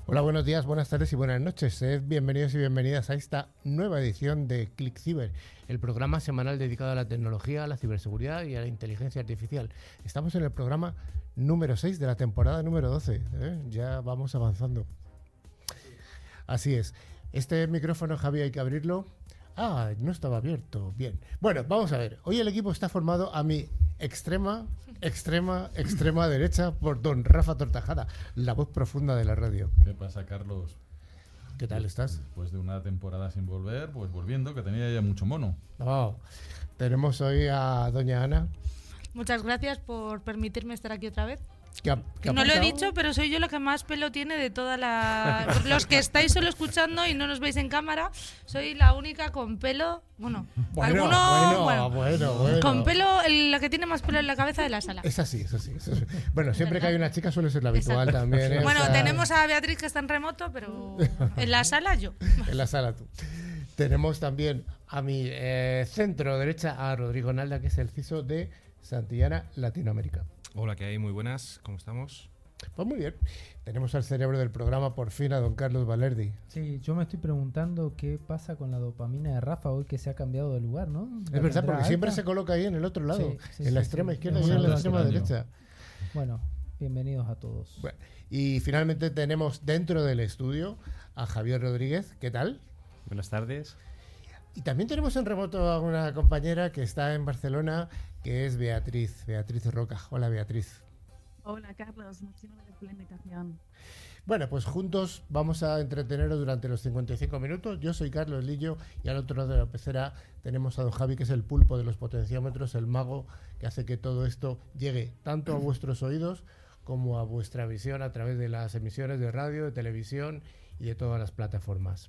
Hola, buenos días, buenas tardes y buenas noches. Sed bienvenidos y bienvenidas a esta nueva edición de ClickCiber, el programa semanal dedicado a la tecnología, a la ciberseguridad y a la inteligencia artificial. Estamos en el programa número 6 de la temporada número 12. Ya vamos avanzando. Así es. Este micrófono, Javi, hay que abrirlo. Ah, no estaba abierto. Bien. Bueno, vamos a ver. Hoy el equipo está formado a mi extrema derecha por don Rafa Tortajada, la voz profunda de la radio. ¿Qué pasa, Carlos? ¿Qué tal estás? Después de una temporada sin volver, pues volviendo, que tenía ya mucho mono. Oh, tenemos hoy a doña Ana. Muchas gracias por permitirme estar aquí otra vez. ¿Qué no lo he dicho, pero soy yo la que más pelo tiene de toda la... Los que estáis solo escuchando y no nos veis en cámara, soy la única con pelo... Bueno. Con pelo, la que tiene más pelo en la cabeza de la sala. Es así. Bueno, siempre que hay una chica suele ser la habitual. Exacto. También. Bueno, tenemos a Beatriz que está en remoto, pero en la sala yo. En la sala tú. Tenemos también a mi centro derecha a Rodrigo Nalda, que es el CISO de Santillana, Latinoamérica. Hola, ¿qué hay? Muy buenas, ¿cómo estamos? Pues muy bien. Tenemos al cerebro del programa por fin a don Carlos Valerdi. Sí, yo me estoy preguntando qué pasa con la dopamina de Rafa hoy que se ha cambiado de lugar, ¿no? Es verdad, porque siempre se coloca ahí en el otro lado, en la extrema izquierda y en la extrema derecha. Bueno, bienvenidos a todos. Bueno, y finalmente tenemos dentro del estudio a Javier Rodríguez. ¿Qué tal? Buenas tardes. Y también tenemos en remoto a una compañera que está en Barcelona, que es Beatriz Roca. Hola, Beatriz. Hola, Carlos. Muchísimas gracias por la invitación. Bueno, pues juntos vamos a entreteneros durante los 55 minutos. Yo soy Carlos Lillo y al otro lado de la pecera tenemos a don Javi, que es el pulpo de los potenciómetros, el mago que hace que todo esto llegue tanto a vuestros oídos como a vuestra visión a través de las emisiones de radio, de televisión y de todas las plataformas.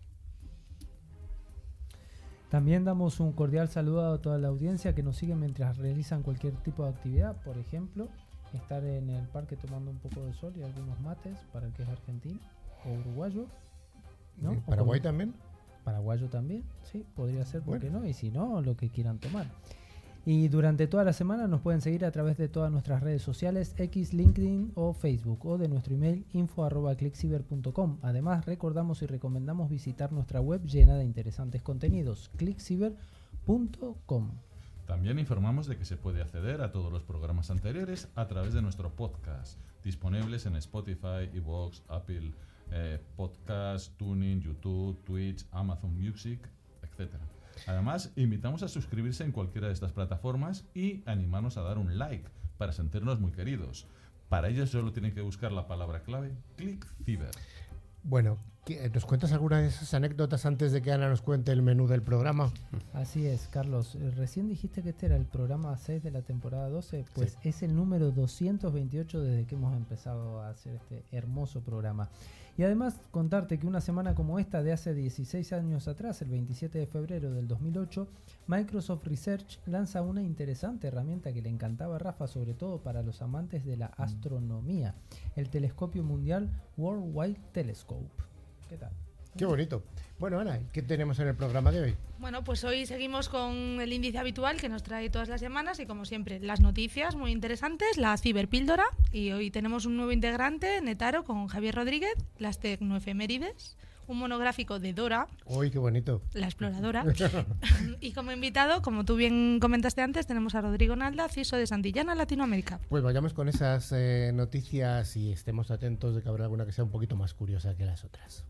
También damos un cordial saludo a toda la audiencia que nos sigue mientras realizan cualquier tipo de actividad. Por ejemplo, estar en el parque tomando un poco de sol y algunos mates para el que es argentino o uruguayo, ¿no? ¿Paraguay también? Paraguayo también, sí, podría ser, ¿por qué no? Y si no, lo que quieran tomar. Y durante toda la semana nos pueden seguir a través de todas nuestras redes sociales, X, LinkedIn o Facebook, o de nuestro email info@clickciber.com. Además, recordamos y recomendamos visitar nuestra web llena de interesantes contenidos, clickciber.com. También informamos de que se puede acceder a todos los programas anteriores a través de nuestro podcast, disponibles en Spotify, iVoox, Apple Podcast, Tuning, YouTube, Twitch, Amazon Music, etc. Además, invitamos a suscribirse en cualquiera de estas plataformas y animarnos a dar un like para sentirnos muy queridos. Para ello solo tienen que buscar la palabra clave ClickCiber. Bueno, ¿nos cuentas alguna de esas anécdotas antes de que Ana nos cuente el menú del programa? Así es, Carlos. Recién dijiste que este era el programa 6 de la temporada 12. Pues sí, es el número 228 desde que hemos empezado a hacer este hermoso programa. Y además contarte que una semana como esta de hace 16 años atrás, el 27 de febrero del 2008, Microsoft Research lanza una interesante herramienta que le encantaba a Rafa, sobre todo para los amantes de la astronomía, el telescopio mundial Worldwide Telescope. ¿Qué tal? Qué bonito. Bueno, Ana, ¿qué tenemos en el programa de hoy? Bueno, pues hoy seguimos con el índice habitual que nos trae todas las semanas y, como siempre, las noticias muy interesantes, la ciberpíldora, y hoy tenemos un nuevo integrante, Netaro, con Javier Rodríguez, las tecnoefemérides, un monográfico de Dora. ¡Uy, qué bonito! La exploradora. Y como invitado, como tú bien comentaste antes, tenemos a Rodrigo Nalda, CISO de Santillana, Latinoamérica. Pues vayamos con esas noticias y estemos atentos de que habrá alguna que sea un poquito más curiosa que las otras.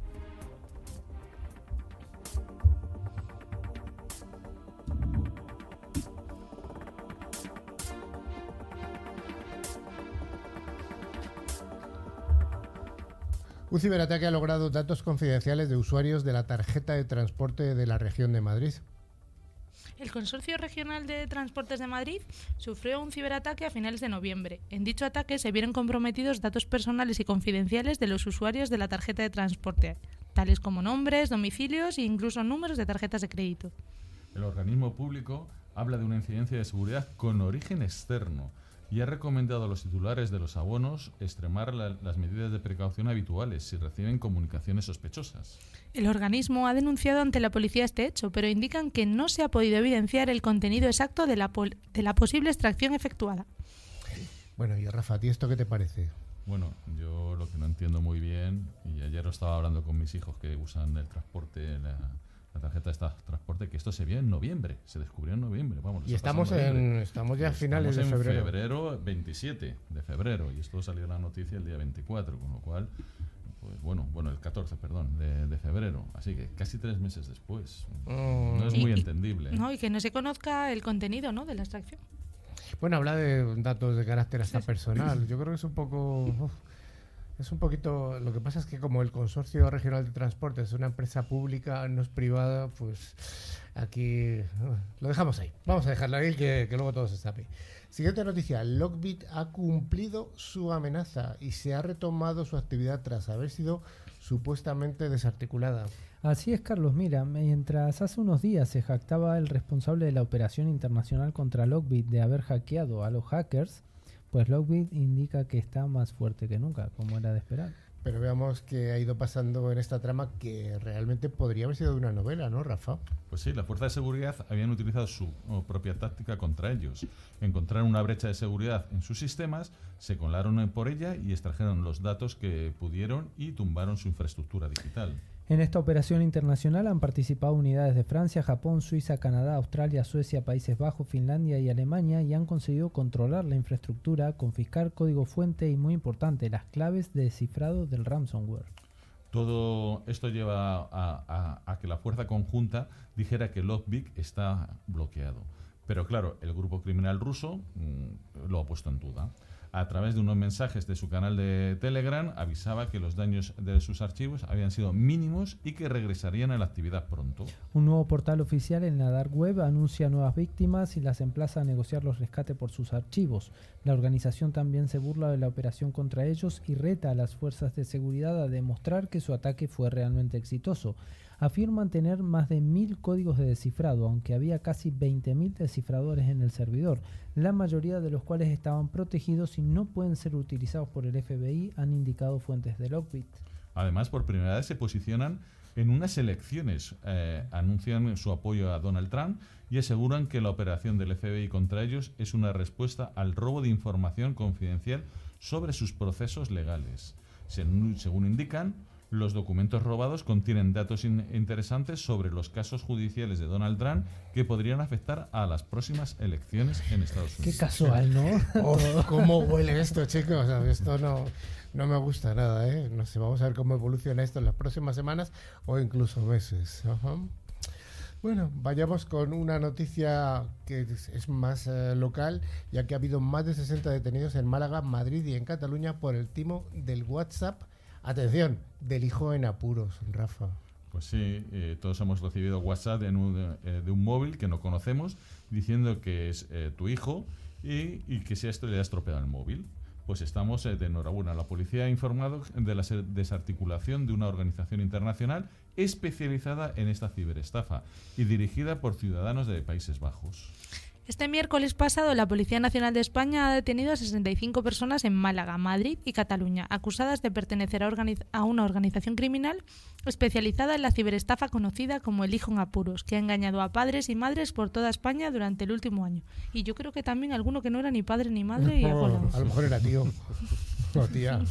Un ciberataque ha logrado datos confidenciales de usuarios de la tarjeta de transporte de la región de Madrid. El Consorcio Regional de Transportes de Madrid sufrió un ciberataque a finales de noviembre. En dicho ataque se vieron comprometidos datos personales y confidenciales de los usuarios de la tarjeta de transporte, tales como nombres, domicilios e incluso números de tarjetas de crédito. El organismo público habla de una incidencia de seguridad con origen externo y ha recomendado a los titulares de los abonos extremar las medidas de precaución habituales si reciben comunicaciones sospechosas. El organismo ha denunciado ante la policía este hecho, pero indican que no se ha podido evidenciar el contenido exacto de la posible extracción efectuada. Bueno, y Rafa, ¿a ti esto qué te parece? Bueno, yo lo que no entiendo muy bien, y ayer lo estaba hablando con mis hijos que usan el transporte, la tarjeta de transporte, que esto se vio en noviembre, se descubrió en noviembre. Vamos, Y estamos ya a finales de febrero. En febrero, 27 de febrero, y esto salió en la noticia el día 24, con lo cual, pues bueno, el 14, perdón, de febrero. Así que casi 3 meses después. No es muy entendible. No, y que no se conozca el contenido, ¿no?, de la extracción. Bueno, habla de datos de carácter hasta personal. Yo creo que es un poco... Es un poquito... Lo que pasa es que como el Consorcio Regional de Transporte es una empresa pública, no es privada, pues aquí lo dejamos ahí. Vamos a dejarlo ahí, que luego todo se sabe. Siguiente noticia. Lockbit ha cumplido su amenaza y se ha retomado su actividad tras haber sido supuestamente desarticulada. Así es, Carlos. Mira, mientras hace unos días se jactaba el responsable de la operación internacional contra Lockbit de haber hackeado a los hackers, pues Lockbit indica que está más fuerte que nunca, como era de esperar. Pero veamos qué ha ido pasando en esta trama que realmente podría haber sido de una novela, ¿no, Rafa? Pues sí, las fuerzas de seguridad habían utilizado su propia táctica contra ellos. Encontraron una brecha de seguridad en sus sistemas, se colaron por ella y extrajeron los datos que pudieron y tumbaron su infraestructura digital. En esta operación internacional han participado unidades de Francia, Japón, Suiza, Canadá, Australia, Suecia, Países Bajos, Finlandia y Alemania y han conseguido controlar la infraestructura, confiscar código fuente y, muy importante, las claves de descifrado del ransomware. Todo esto lleva a que la fuerza conjunta dijera que Lockbit está bloqueado. Pero claro, el grupo criminal ruso lo ha puesto en duda. A través de unos mensajes de su canal de Telegram avisaba que los daños de sus archivos habían sido mínimos y que regresarían a la actividad pronto. Un nuevo portal oficial en la Dark Web anuncia nuevas víctimas y las emplaza a negociar los rescates por sus archivos. La organización también se burla de la operación contra ellos y reta a las fuerzas de seguridad a demostrar que su ataque fue realmente exitoso. Afirman tener más de 1000 códigos de descifrado, aunque había casi 20.000 descifradores en el servidor, la mayoría de los cuales estaban protegidos y no pueden ser utilizados por el FBI, han indicado fuentes de Lockbit. Además, por primera vez se posicionan en unas elecciones, anuncian su apoyo a Donald Trump y aseguran que la operación del FBI contra ellos es una respuesta al robo de información confidencial sobre sus procesos legales. Según indican, los documentos robados contienen datos interesantes sobre los casos judiciales de Donald Trump que podrían afectar a las próximas elecciones en Estados Unidos. Qué casual, ¿no? Oh, ¿cómo huele esto, chicos? O sea, esto no me gusta nada, ¿eh? No sé, vamos a ver cómo evoluciona esto en las próximas semanas o incluso meses. Ajá. Bueno, vayamos con una noticia que es más local, ya que ha habido más de 60 detenidos en Málaga, Madrid y en Cataluña por el timo del WhatsApp. Atención, del hijo en apuros, Rafa. Pues sí, todos hemos recibido WhatsApp de un móvil que no conocemos diciendo que es tu hijo y que si a esto le ha estropeado el móvil. Pues estamos de enhorabuena. La policía ha informado de la desarticulación de una organización internacional especializada en esta ciberestafa y dirigida por ciudadanos de Países Bajos. Este miércoles pasado, la Policía Nacional de España ha detenido a 65 personas en Málaga, Madrid y Cataluña, acusadas de pertenecer a una organización criminal especializada en la ciberestafa conocida como el hijo en apuros, que ha engañado a padres y madres por toda España durante el último año. Y yo creo que también alguno que no era ni padre ni madre y ha colado. A lo mejor era tío o tía.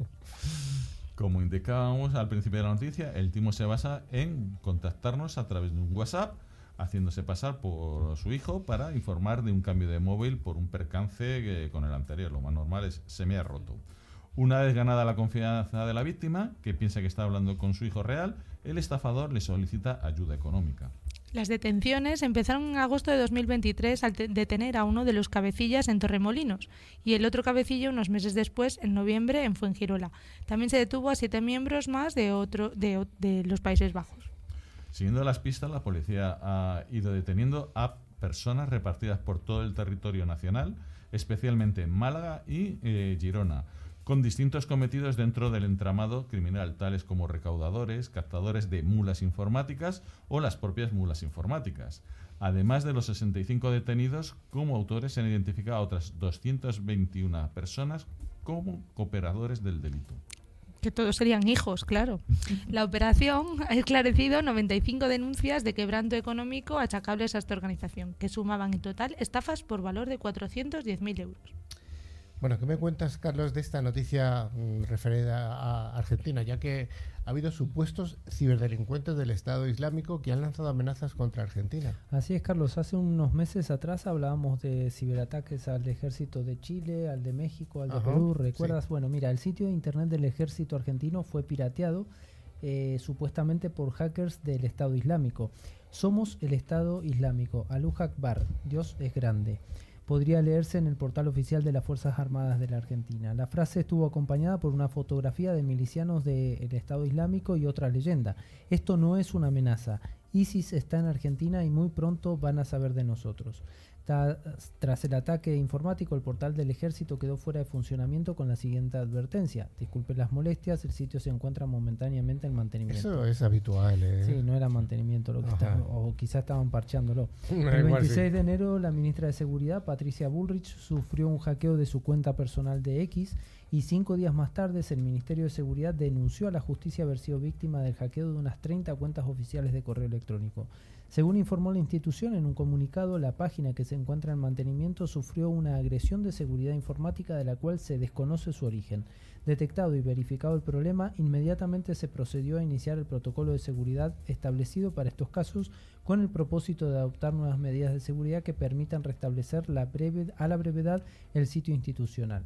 Como indicábamos al principio de la noticia, el timo se basa en contactarnos a través de un WhatsApp, haciéndose pasar por su hijo para informar de un cambio de móvil por un percance con el anterior. Lo más normal es se me ha roto. Una vez ganada la confianza de la víctima, que piensa que está hablando con su hijo real, el estafador le solicita ayuda económica. Las detenciones empezaron en agosto de 2023 al detener a uno de los cabecillas en Torremolinos y el otro cabecilla unos meses después, en noviembre, en Fuengirola. También se detuvo a 7 miembros más de los Países Bajos. Siguiendo las pistas, la policía ha ido deteniendo a personas repartidas por todo el territorio nacional, especialmente en Málaga y Girona, con distintos cometidos dentro del entramado criminal, tales como recaudadores, captadores de mulas informáticas o las propias mulas informáticas. Además de los 65 detenidos, como autores se han identificado a otras 221 personas como cooperadores del delito. Que todos serían hijos, claro. La operación ha esclarecido 95 denuncias de quebranto económico achacables a esta organización, que sumaban en total estafas por valor de 410.000 euros. Bueno, ¿qué me cuentas, Carlos, de esta noticia referida a Argentina? Ya que ha habido supuestos ciberdelincuentes del Estado Islámico que han lanzado amenazas contra Argentina. Así es, Carlos. Hace unos meses atrás hablábamos de ciberataques al ejército de Chile, al de México, al de Perú. ¿Recuerdas? Sí. Bueno, mira, el sitio de internet del ejército argentino fue pirateado supuestamente por hackers del Estado Islámico. Somos el Estado Islámico. Allahu Akbar. Dios es grande. Podría leerse en el portal oficial de las Fuerzas Armadas de la Argentina. La frase estuvo acompañada por una fotografía de milicianos del Estado Islámico y otra leyenda. Esto no es una amenaza. ISIS está en Argentina y muy pronto van a saber de nosotros. Tras el ataque informático, el portal del ejército quedó fuera de funcionamiento con la siguiente advertencia. Disculpen las molestias, el sitio se encuentra momentáneamente en mantenimiento. Eso es habitual, ¿eh? Sí, no era mantenimiento lo que estaba, o quizás estaban parcheándolo. El 26 de enero, la ministra de Seguridad, Patricia Bullrich, sufrió un hackeo de su cuenta personal de X y 5 días más tarde el Ministerio de Seguridad denunció a la justicia haber sido víctima del hackeo de unas 30 cuentas oficiales de correo electrónico. Según informó la institución en un comunicado, la página que se encuentra en mantenimiento sufrió una agresión de seguridad informática de la cual se desconoce su origen. Detectado y verificado el problema, inmediatamente se procedió a iniciar el protocolo de seguridad establecido para estos casos con el propósito de adoptar nuevas medidas de seguridad que permitan restablecer a la brevedad el sitio institucional.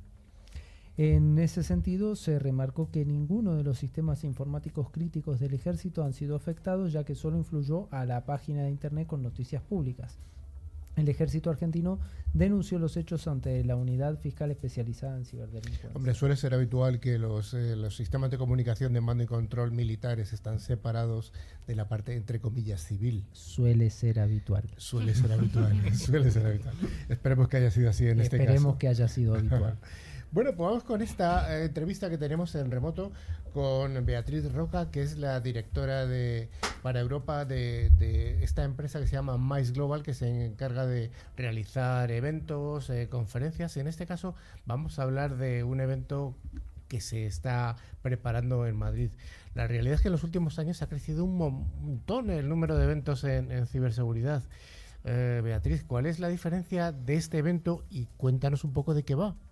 En ese sentido, se remarcó que ninguno de los sistemas informáticos críticos del ejército han sido afectados, ya que solo influyó a la página de internet con noticias públicas. El ejército argentino denunció los hechos ante la unidad fiscal especializada en ciberdelincuencia. Hombre, suele ser habitual que los sistemas de comunicación de mando y control militares están separados de la parte, entre comillas, civil. Suele ser habitual. Suele ser habitual. Esperemos que haya sido así en este caso. Esperemos que haya sido habitual. Bueno, pues vamos con esta entrevista que tenemos en remoto con Beatriz Roca, que es la directora para Europa de esta empresa que se llama Mice Global, que se encarga de realizar eventos, conferencias. En este caso vamos a hablar de un evento que se está preparando en Madrid. La realidad es que en los últimos años ha crecido un montón el número de eventos en ciberseguridad. Beatriz, ¿cuál es la diferencia de este evento? Y cuéntanos un poco de qué va.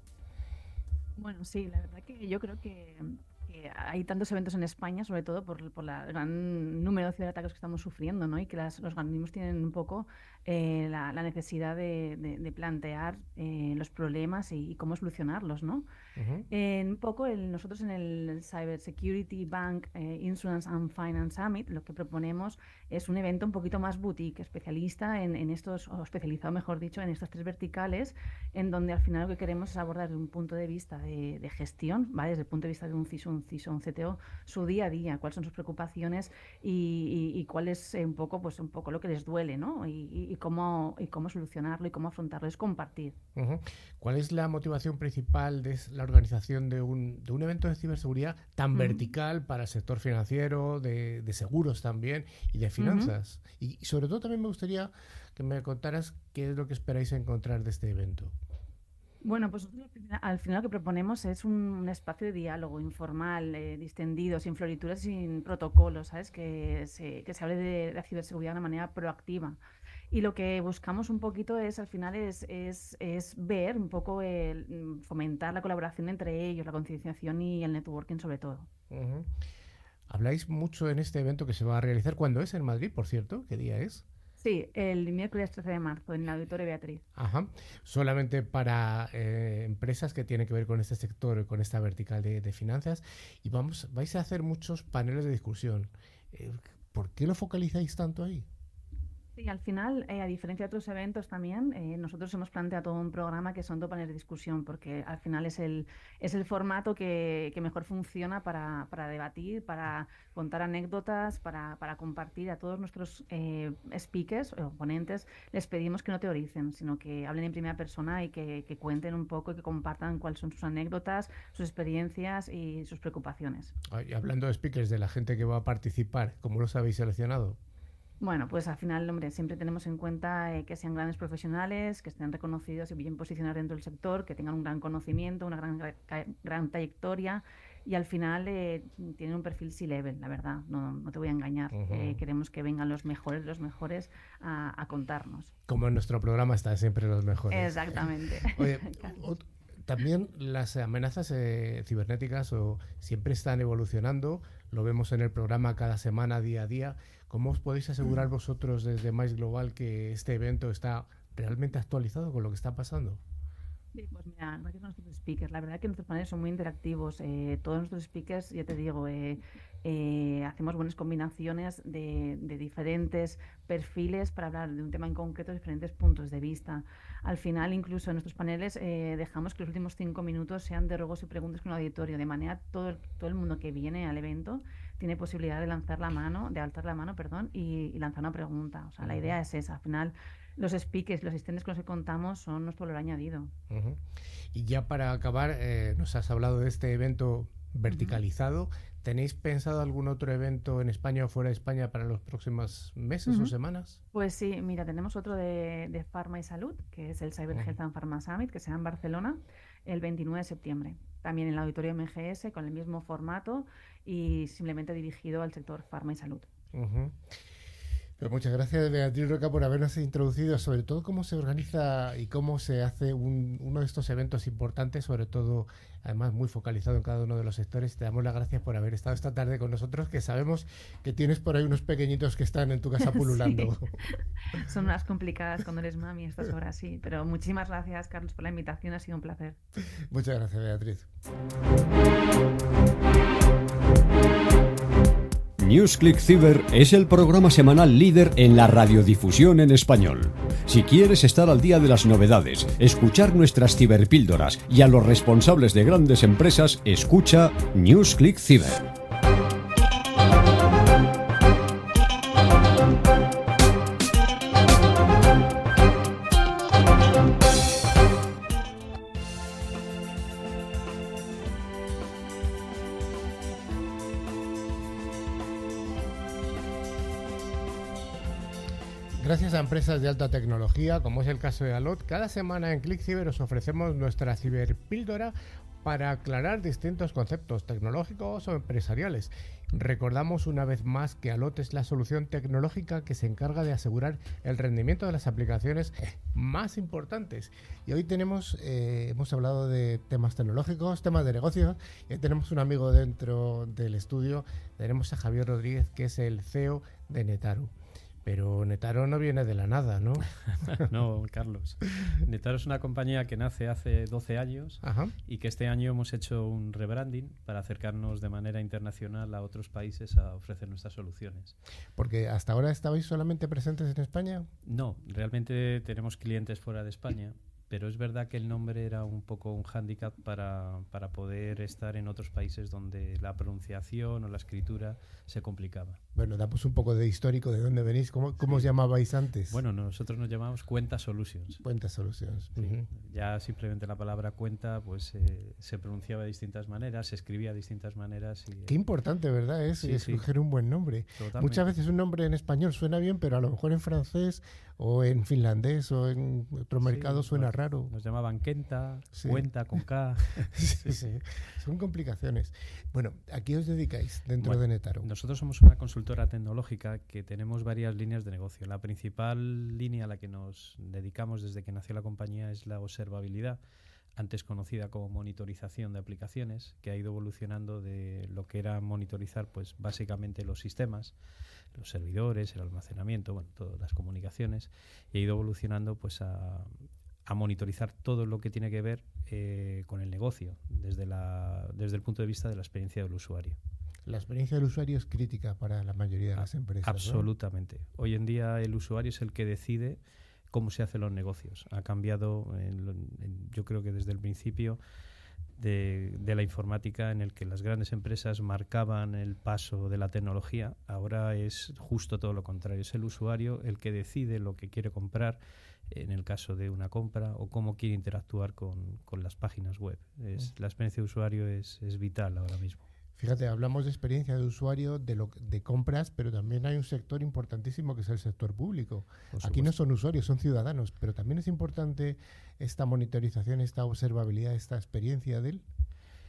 Bueno, sí, la verdad que yo creo que hay tantos eventos en España, sobre todo por el gran número de ciberataques que estamos sufriendo, ¿no? Y que los organismos tienen un poco la necesidad de plantear los problemas y cómo solucionarlos, ¿no? Un poco nosotros en el Cyber Security Bank Insurance and Finance Summit lo que proponemos es un evento un poquito más boutique, especialista en estos, o especializado mejor dicho, en estas 3 verticales, en donde al final lo que queremos es abordar desde un punto de vista de gestión, ¿vale? Desde el punto de vista de un CISO, un CTO, su día a día, cuáles son sus preocupaciones y cuál es un poco lo que les duele, ¿no? Y cómo solucionarlo y cómo afrontarlo, es compartir. ¿Cuál es la motivación principal de la organización de un evento de ciberseguridad tan vertical para el sector financiero, de seguros también y de finanzas? Y sobre todo también me gustaría que me contaras qué es lo que esperáis encontrar de este evento. Bueno, pues al final lo que proponemos es un espacio de diálogo informal, distendido, sin florituras, sin protocolos, ¿sabes? Que se hable de la ciberseguridad de una manera proactiva. Y lo que buscamos un poquito al final es ver un poco, fomentar la colaboración entre ellos, la concienciación y el networking sobre todo. Habláis mucho en este evento que se va a realizar. ¿Cuándo es en Madrid, por cierto? ¿Qué día es? Sí, el miércoles 13 de marzo en el Auditorio Beatriz. Ajá. Solamente para empresas que tienen que ver con este sector, con esta vertical de finanzas. Y vais a hacer muchos paneles de discusión. ¿Por qué lo focalizáis tanto ahí? Sí, al final, a diferencia de otros eventos también, nosotros hemos planteado todo un programa que son 2 paneles de discusión, porque al final es el formato que mejor funciona para debatir, para contar anécdotas, para compartir. A todos nuestros speakers o ponentes les pedimos que no teoricen, sino que hablen en primera persona y que cuenten un poco y que compartan cuáles son sus anécdotas, sus experiencias y sus preocupaciones. Y hablando de speakers, de la gente que va a participar, ¿cómo los habéis seleccionado? Bueno, pues al final, hombre, siempre tenemos en cuenta que sean grandes profesionales, que estén reconocidos y bien posicionados dentro del sector, que tengan un gran conocimiento, una gran trayectoria y al final tienen un perfil C-level, la verdad, no te voy a engañar. Queremos que vengan los mejores a contarnos. Como en nuestro programa están siempre los mejores. Exactamente. Oye, También las amenazas cibernéticas siempre están evolucionando, lo vemos en el programa cada semana, día a día. ¿Cómo os podéis asegurar vosotros desde Mais Global que este evento está realmente actualizado con lo que está pasando? Sí, pues mira, gracias a nuestros speakers. La verdad que nuestros paneles son muy interactivos. Todos nuestros speakers, ya te digo, hacemos buenas combinaciones de diferentes perfiles para hablar de un tema en concreto, diferentes puntos de vista. Al final, incluso en nuestros paneles, dejamos que los últimos 5 minutos sean de ruegos y preguntas con el auditorio, de manera todo el mundo que viene al evento tiene posibilidad de alzar la mano, y lanzar una pregunta. O sea, la idea es esa. Al final, los speakers, los asistentes con los que contamos son nuestro valor añadido. Y ya para acabar, nos has hablado de este evento verticalizado. ¿Tenéis pensado algún otro evento en España o fuera de España para los próximos meses o semanas? Pues sí, mira, tenemos otro de Pharma y Salud, que es el Cyber Health and Pharma Summit, que será en Barcelona el 29 de septiembre. También en el auditorio MGS, con el mismo formato y simplemente dirigido al sector Pharma y Salud. Pues muchas gracias, Beatriz Roca, por habernos introducido sobre todo cómo se organiza y cómo se hace uno de estos eventos importantes, sobre todo, además, muy focalizado en cada uno de los sectores. Te damos las gracias por haber estado esta tarde con nosotros, que sabemos que tienes por ahí unos pequeñitos que están en tu casa pululando. Sí. Son unas complicadas cuando eres mami a estas horas, sí. Pero muchísimas gracias, Carlos, por la invitación. Ha sido un placer. Muchas gracias, Beatriz. NewsClick Cyber es el programa semanal líder en la radiodifusión en español. Si quieres estar al día de las novedades, escuchar nuestras ciberpíldoras y a los responsables de grandes empresas, escucha NewsClick Cyber. Gracias a empresas de alta tecnología, como es el caso de Allot, cada semana en ClickCiber os ofrecemos nuestra ciberpíldora para aclarar distintos conceptos tecnológicos o empresariales. Recordamos una vez más que Allot es la solución tecnológica que se encarga de asegurar el rendimiento de las aplicaciones más importantes. Y hoy hemos hablado de temas tecnológicos, temas de negocios, y tenemos un amigo dentro del estudio. Tenemos a Javier Rodríguez, que es el CEO de Netaro. Pero Netaro no viene de la nada, ¿no? No, Carlos. Netaro es una compañía que nace hace 12 años y que este año hemos hecho un rebranding para acercarnos de manera internacional a otros países a ofrecer nuestras soluciones. Porque hasta ahora estabais solamente presentes en España. No, realmente tenemos clientes fuera de España, pero es verdad que el nombre era un poco un hándicap para poder estar en otros países donde la pronunciación o la escritura se complicaba. Bueno, damos un poco de histórico de dónde venís. ¿Cómo os llamabais antes? Bueno, nosotros nos llamábamos Cuenta Solutions. Cuenta Solutions. Sí. Ya simplemente la palabra cuenta pues se pronunciaba de distintas maneras, se escribía de distintas maneras. Y, qué importante, ¿verdad? Es escoger un buen nombre. Totalmente. Muchas veces un nombre en español suena bien, pero a lo mejor en francés o en finlandés o en otro mercado suena raro. Nos llamaban Kenta, Cuenta con K. Sí. Son complicaciones. Bueno, ¿a qué os dedicáis dentro de Netaro? Nosotros somos una consultora tecnológica que tenemos varias líneas de negocio. La principal línea a la que nos dedicamos desde que nació la compañía es la observabilidad, antes conocida como monitorización de aplicaciones, que ha ido evolucionando de lo que era monitorizar pues básicamente los sistemas, los servidores, el almacenamiento, bueno, todas las comunicaciones, y ha ido evolucionando pues a monitorizar todo lo que tiene que ver con el negocio, desde el punto de vista de la experiencia del usuario. La experiencia del usuario es crítica para la mayoría de las empresas. Absolutamente. ¿No? Hoy en día el usuario es el que decide cómo se hacen los negocios. Ha cambiado, yo creo que desde el principio de la informática, en el que las grandes empresas marcaban el paso de la tecnología. Ahora es justo todo lo contrario. Es el usuario el que decide lo que quiere comprar en el caso de una compra o cómo quiere interactuar con las páginas web. La experiencia de usuario es vital ahora mismo. Fíjate, hablamos de experiencia de usuario, de compras, pero también hay un sector importantísimo que es el sector público. Aquí no son usuarios, son ciudadanos, pero también es importante esta monitorización, esta observabilidad, esta experiencia de él.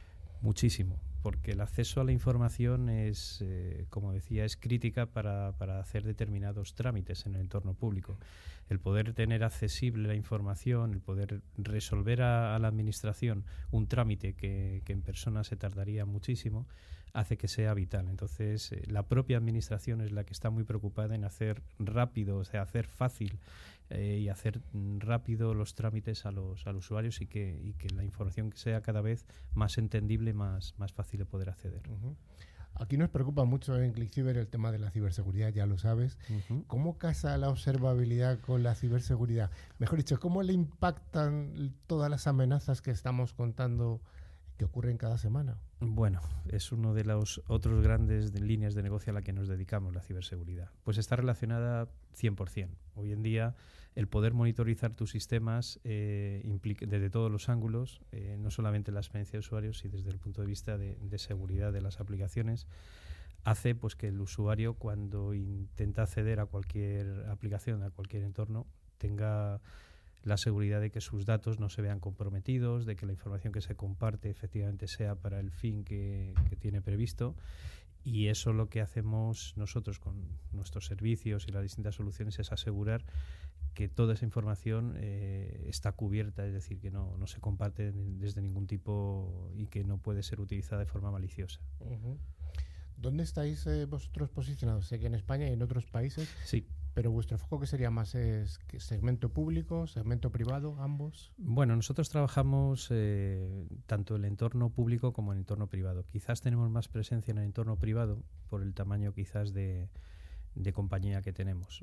Muchísimo, porque el acceso a la información es, como decía, es crítica para hacer determinados trámites en el entorno público. El poder tener accesible la información, el poder resolver a la administración un trámite que en persona se tardaría muchísimo, hace que sea vital. Entonces, la propia administración es la que está muy preocupada en hacer rápido, o sea, hacer fácil y hacer rápido los trámites a los usuarios y que la información sea cada vez más entendible, más fácil de poder acceder. Uh-huh. Aquí nos preocupa mucho en ClickCiber el tema de la ciberseguridad, ya lo sabes. Uh-huh. ¿Cómo casa la observabilidad con la ciberseguridad? Mejor dicho, ¿cómo le impactan todas las amenazas que estamos contando que ocurren cada semana? Bueno, es uno de los otros grandes líneas de negocio a la que nos dedicamos, la ciberseguridad. Pues está relacionada 100%. Hoy en día el poder monitorizar tus sistemas implica, desde todos los ángulos, no solamente la experiencia de usuarios, sino desde el punto de vista de seguridad de las aplicaciones, hace pues que el usuario, cuando intenta acceder a cualquier aplicación, a cualquier entorno, tenga la seguridad de que sus datos no se vean comprometidos, de que la información que se comparte efectivamente sea para el fin que tiene previsto. Y eso lo que hacemos nosotros con nuestros servicios y las distintas soluciones es asegurar que toda esa información está cubierta, es decir, que no se comparte desde ningún tipo y que no puede ser utilizada de forma maliciosa. Uh-huh. ¿Dónde estáis vosotros posicionados? Sé que en España y en otros países. Sí. Pero vuestro foco, ¿qué sería más? ¿Es segmento público, segmento privado, ambos? Bueno, nosotros trabajamos tanto en el entorno público como en el entorno privado. Quizás tenemos más presencia en el entorno privado por el tamaño quizás de compañía que tenemos.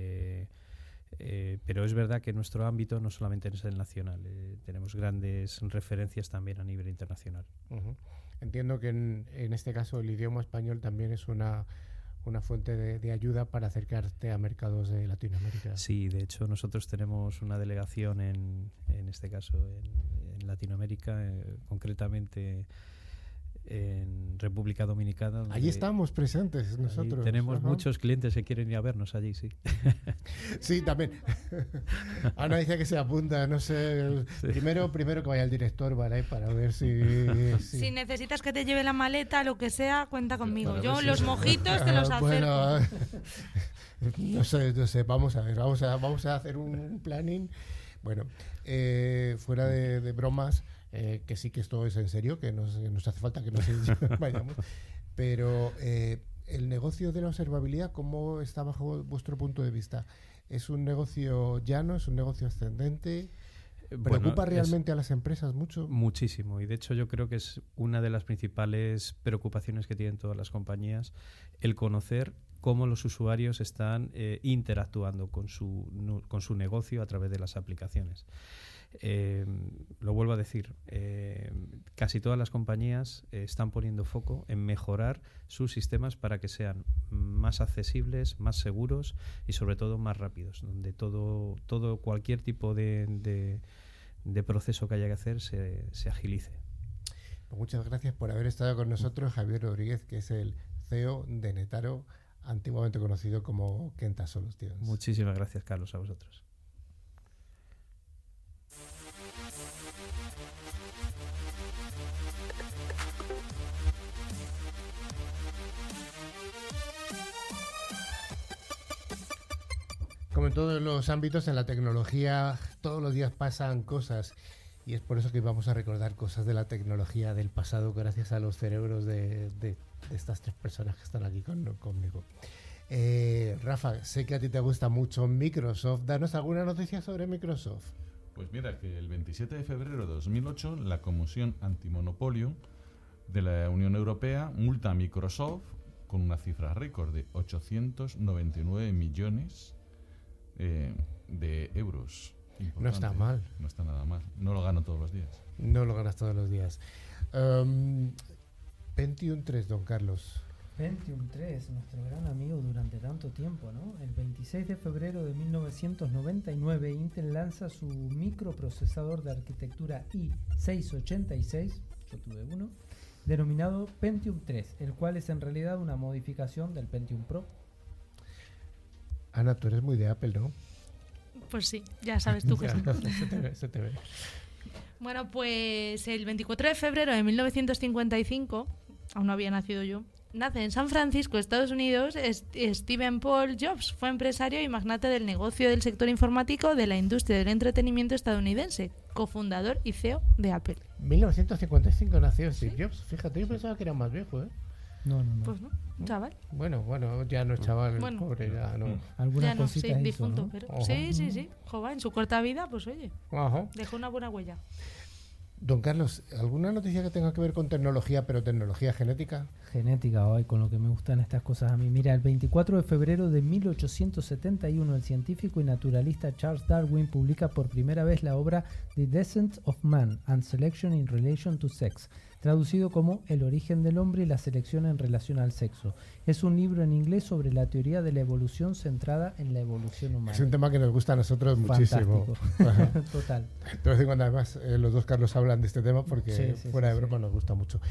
Pero es verdad que nuestro ámbito no solamente es el nacional, tenemos grandes referencias también a nivel internacional. Uh-huh. Entiendo que en este caso el idioma español también es una fuente de ayuda para acercarte a mercados de Latinoamérica. Sí, de hecho nosotros tenemos una delegación en este caso en Latinoamérica, concretamente en República Dominicana. Allí estamos presentes nosotros. Tenemos Ajá. muchos clientes que quieren ir a vernos allí, sí. Sí, también. Ana dice que se apunta, no sé. Sí. Primero que vaya el director, ¿vale? Para ver si... Si necesitas que te lleve la maleta, lo que sea, cuenta conmigo. Yo los mojitos te los acerco. Bueno, no sé, vamos a ver, vamos a hacer un planning. Bueno, fuera de bromas, que sí que esto es en serio, que nos hace falta que nos vayamos, pero el negocio de la observabilidad, ¿cómo está bajo vuestro punto de vista? ¿Es un negocio llano? ¿Es un negocio ascendente? ¿Preocupa realmente a las empresas mucho? Muchísimo, y de hecho yo creo que es una de las principales preocupaciones que tienen todas las compañías, el conocer cómo los usuarios están interactuando con su negocio a través de las aplicaciones. Lo vuelvo a decir, casi todas las compañías están poniendo foco en mejorar sus sistemas para que sean más accesibles, más seguros y sobre todo más rápidos, donde cualquier tipo de proceso que haya que hacer se agilice. Pues muchas gracias por haber estado con nosotros, Javier Rodríguez, que es el CEO de Netaro, antiguamente conocido como Kenta Solutions. Muchísimas gracias, Carlos, a vosotros. Como en todos los ámbitos, en la tecnología todos los días pasan cosas y es por eso que vamos a recordar cosas de la tecnología del pasado gracias a los cerebros de estas tres personas que están aquí conmigo. Rafa, sé que a ti te gusta mucho Microsoft. Danos alguna noticia sobre Microsoft. Pues mira, que el 27 de febrero de 2008 la Comisión Antimonopolio de la Unión Europea multa a Microsoft con una cifra récord de 899 millones de euros. Importante. No está mal. No está nada mal. No lo gano todos los días. No lo ganas todos los días. Pentium 3, don Carlos. Pentium 3, nuestro gran amigo durante tanto tiempo, ¿no? El 26 de febrero de 1999, Intel lanza su microprocesador de arquitectura i686, yo tuve uno, denominado Pentium 3, el cual es en realidad una modificación del Pentium Pro. Ana, tú eres muy de Apple, ¿no? Pues sí, ya sabes tú que sí. Se te ve. Bueno, pues el 24 de febrero de 1955, aún no había nacido yo, nace en San Francisco, Estados Unidos, Stephen Paul Jobs. Fue empresario y magnate del negocio del sector informático de la industria del entretenimiento estadounidense, cofundador y CEO de Apple. 1955 nació Steve Jobs. Fíjate, yo pensaba que era más viejo, ¿eh? No. Pues no, chaval. Bueno, ya no es chaval, Bueno. pobre, ya no. Algunas Ya no, sí, cositas hizo, difunto, ¿no? pero Ojo. sí. Joder, en su corta vida, pues oye, Ajá. dejó una buena huella. Don Carlos, ¿alguna noticia que tenga que ver con tecnología, pero tecnología genética? Genética, hoy con lo que me gustan estas cosas a mí. Mira, el 24 de febrero de 1871, el científico y naturalista Charles Darwin publica por primera vez la obra The Descent of Man and Selection in Relation to Sex, traducido como El origen del hombre y la selección en relación al sexo. Es un libro en inglés sobre la teoría de la evolución centrada en la evolución humana. Es un tema que nos gusta a nosotros muchísimo. Fantástico. Ajá. Total. De vez en cuando, además, los dos Carlos hablan de este tema porque Sí, fuera de sí. broma nos gusta mucho.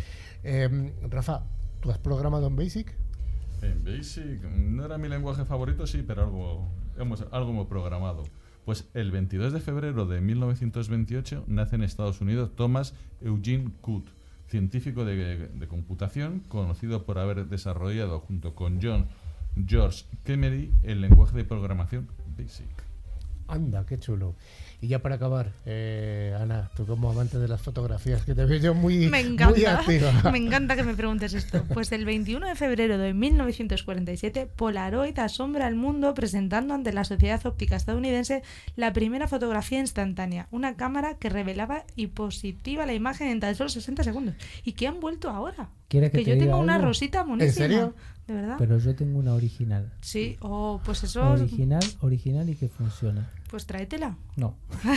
Rafa, ¿tú has programado en Basic? En Basic, no era mi lenguaje favorito, sí, pero algo hemos programado. Pues el 22 de febrero de 1928 nace en Estados Unidos Thomas Eugene Coote, científico de computación, conocido por haber desarrollado junto con George Kennedy el lenguaje de programación Basic. Anda, qué chulo. Y ya para acabar, Ana, tú como amante de las fotografías, que te veo yo muy, Me muy encanta, activa. me encanta que me preguntes esto. Pues el 21 de febrero de 1947, Polaroid asombra al mundo presentando ante la Sociedad Óptica Estadounidense la primera fotografía instantánea, una cámara que revelaba y positiva la imagen en tan solo 60 segundos. ¿Y qué han vuelto ahora? ¿Quieres que te yo diga tengo una algo? rosita monísima. ¿En serio? ¿De verdad? Pero yo tengo una original. Sí, pues eso, Original y que funciona. pues tráetela. No.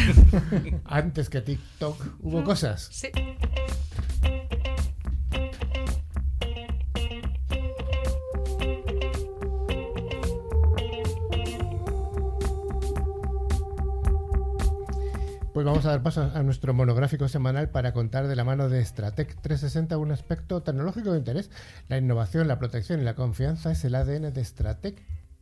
Antes que TikTok hubo cosas. Sí. Pues vamos a dar paso a nuestro monográfico semanal para contar de la mano de Stratec 360 un aspecto tecnológico de interés. La innovación, la protección y la confianza es el ADN de Stratec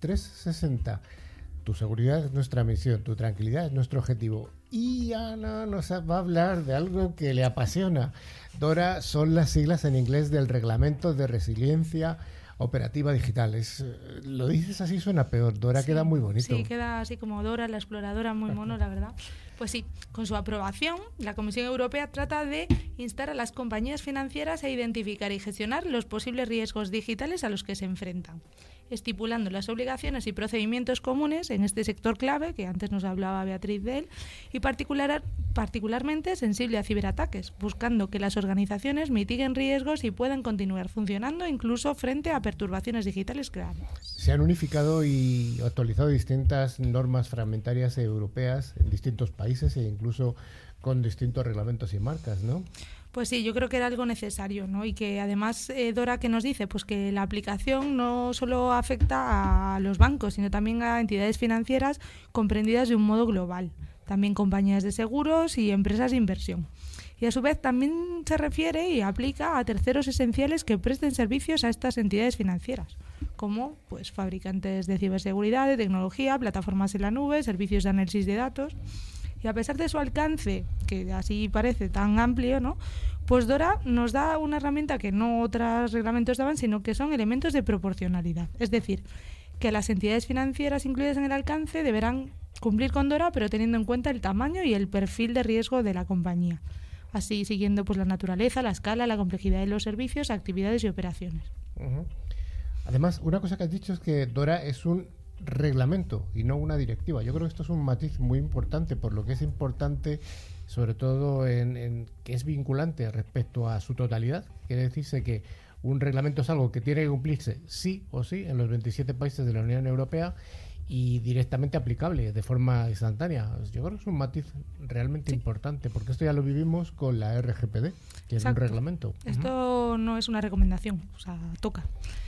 360. Tu seguridad es nuestra misión, tu tranquilidad es nuestro objetivo. Y Ana nos va a hablar de algo que le apasiona. DORA son las siglas en inglés del Reglamento de Resiliencia Operativa Digital. Lo dices así, suena peor. DORA Sí, queda muy bonito. Sí, queda así como Dora, la exploradora, muy mono, la verdad. Pues sí, con su aprobación, la Comisión Europea trata de instar a las compañías financieras a identificar y gestionar los posibles riesgos digitales a los que se enfrentan, estipulando las obligaciones y procedimientos comunes en este sector clave, que antes nos hablaba Beatriz de él, y particularmente sensible a ciberataques, buscando que las organizaciones mitiguen riesgos y puedan continuar funcionando incluso frente a perturbaciones digitales graves. Se han unificado y actualizado distintas normas fragmentarias europeas en distintos países e incluso con distintos reglamentos y marcas, ¿no? Pues sí, yo creo que era algo necesario, ¿no? Y que además, Dora, ¿qué nos dice? Pues que la aplicación no solo afecta a los bancos, sino también a entidades financieras comprendidas de un modo global, también compañías de seguros y empresas de inversión. Y a su vez también se refiere y aplica a terceros esenciales que presten servicios a estas entidades financieras, como pues fabricantes de ciberseguridad, de tecnología, plataformas en la nube, servicios de análisis de datos. Y a pesar de su alcance, que así parece tan amplio, ¿no? Pues Dora nos da una herramienta que no otros reglamentos daban, sino que son elementos de proporcionalidad. Es decir, que las entidades financieras incluidas en el alcance deberán cumplir con Dora, pero teniendo en cuenta el tamaño y el perfil de riesgo de la compañía. Así siguiendo pues la naturaleza, la escala, la complejidad de los servicios, actividades y operaciones. Uh-huh. Además, una cosa que has dicho es que DORA es un reglamento y no una directiva. Yo creo que esto es un matiz muy importante, por lo que es importante, sobre todo en que es vinculante respecto a su totalidad. Quiere decirse que un reglamento es algo que tiene que cumplirse sí o sí en los 27 países de la Unión Europea y directamente aplicable de forma instantánea. Yo creo que es un matiz realmente importante, porque esto ya lo vivimos con la RGPD, que es un reglamento. Esto no es una recomendación, o sea, toca.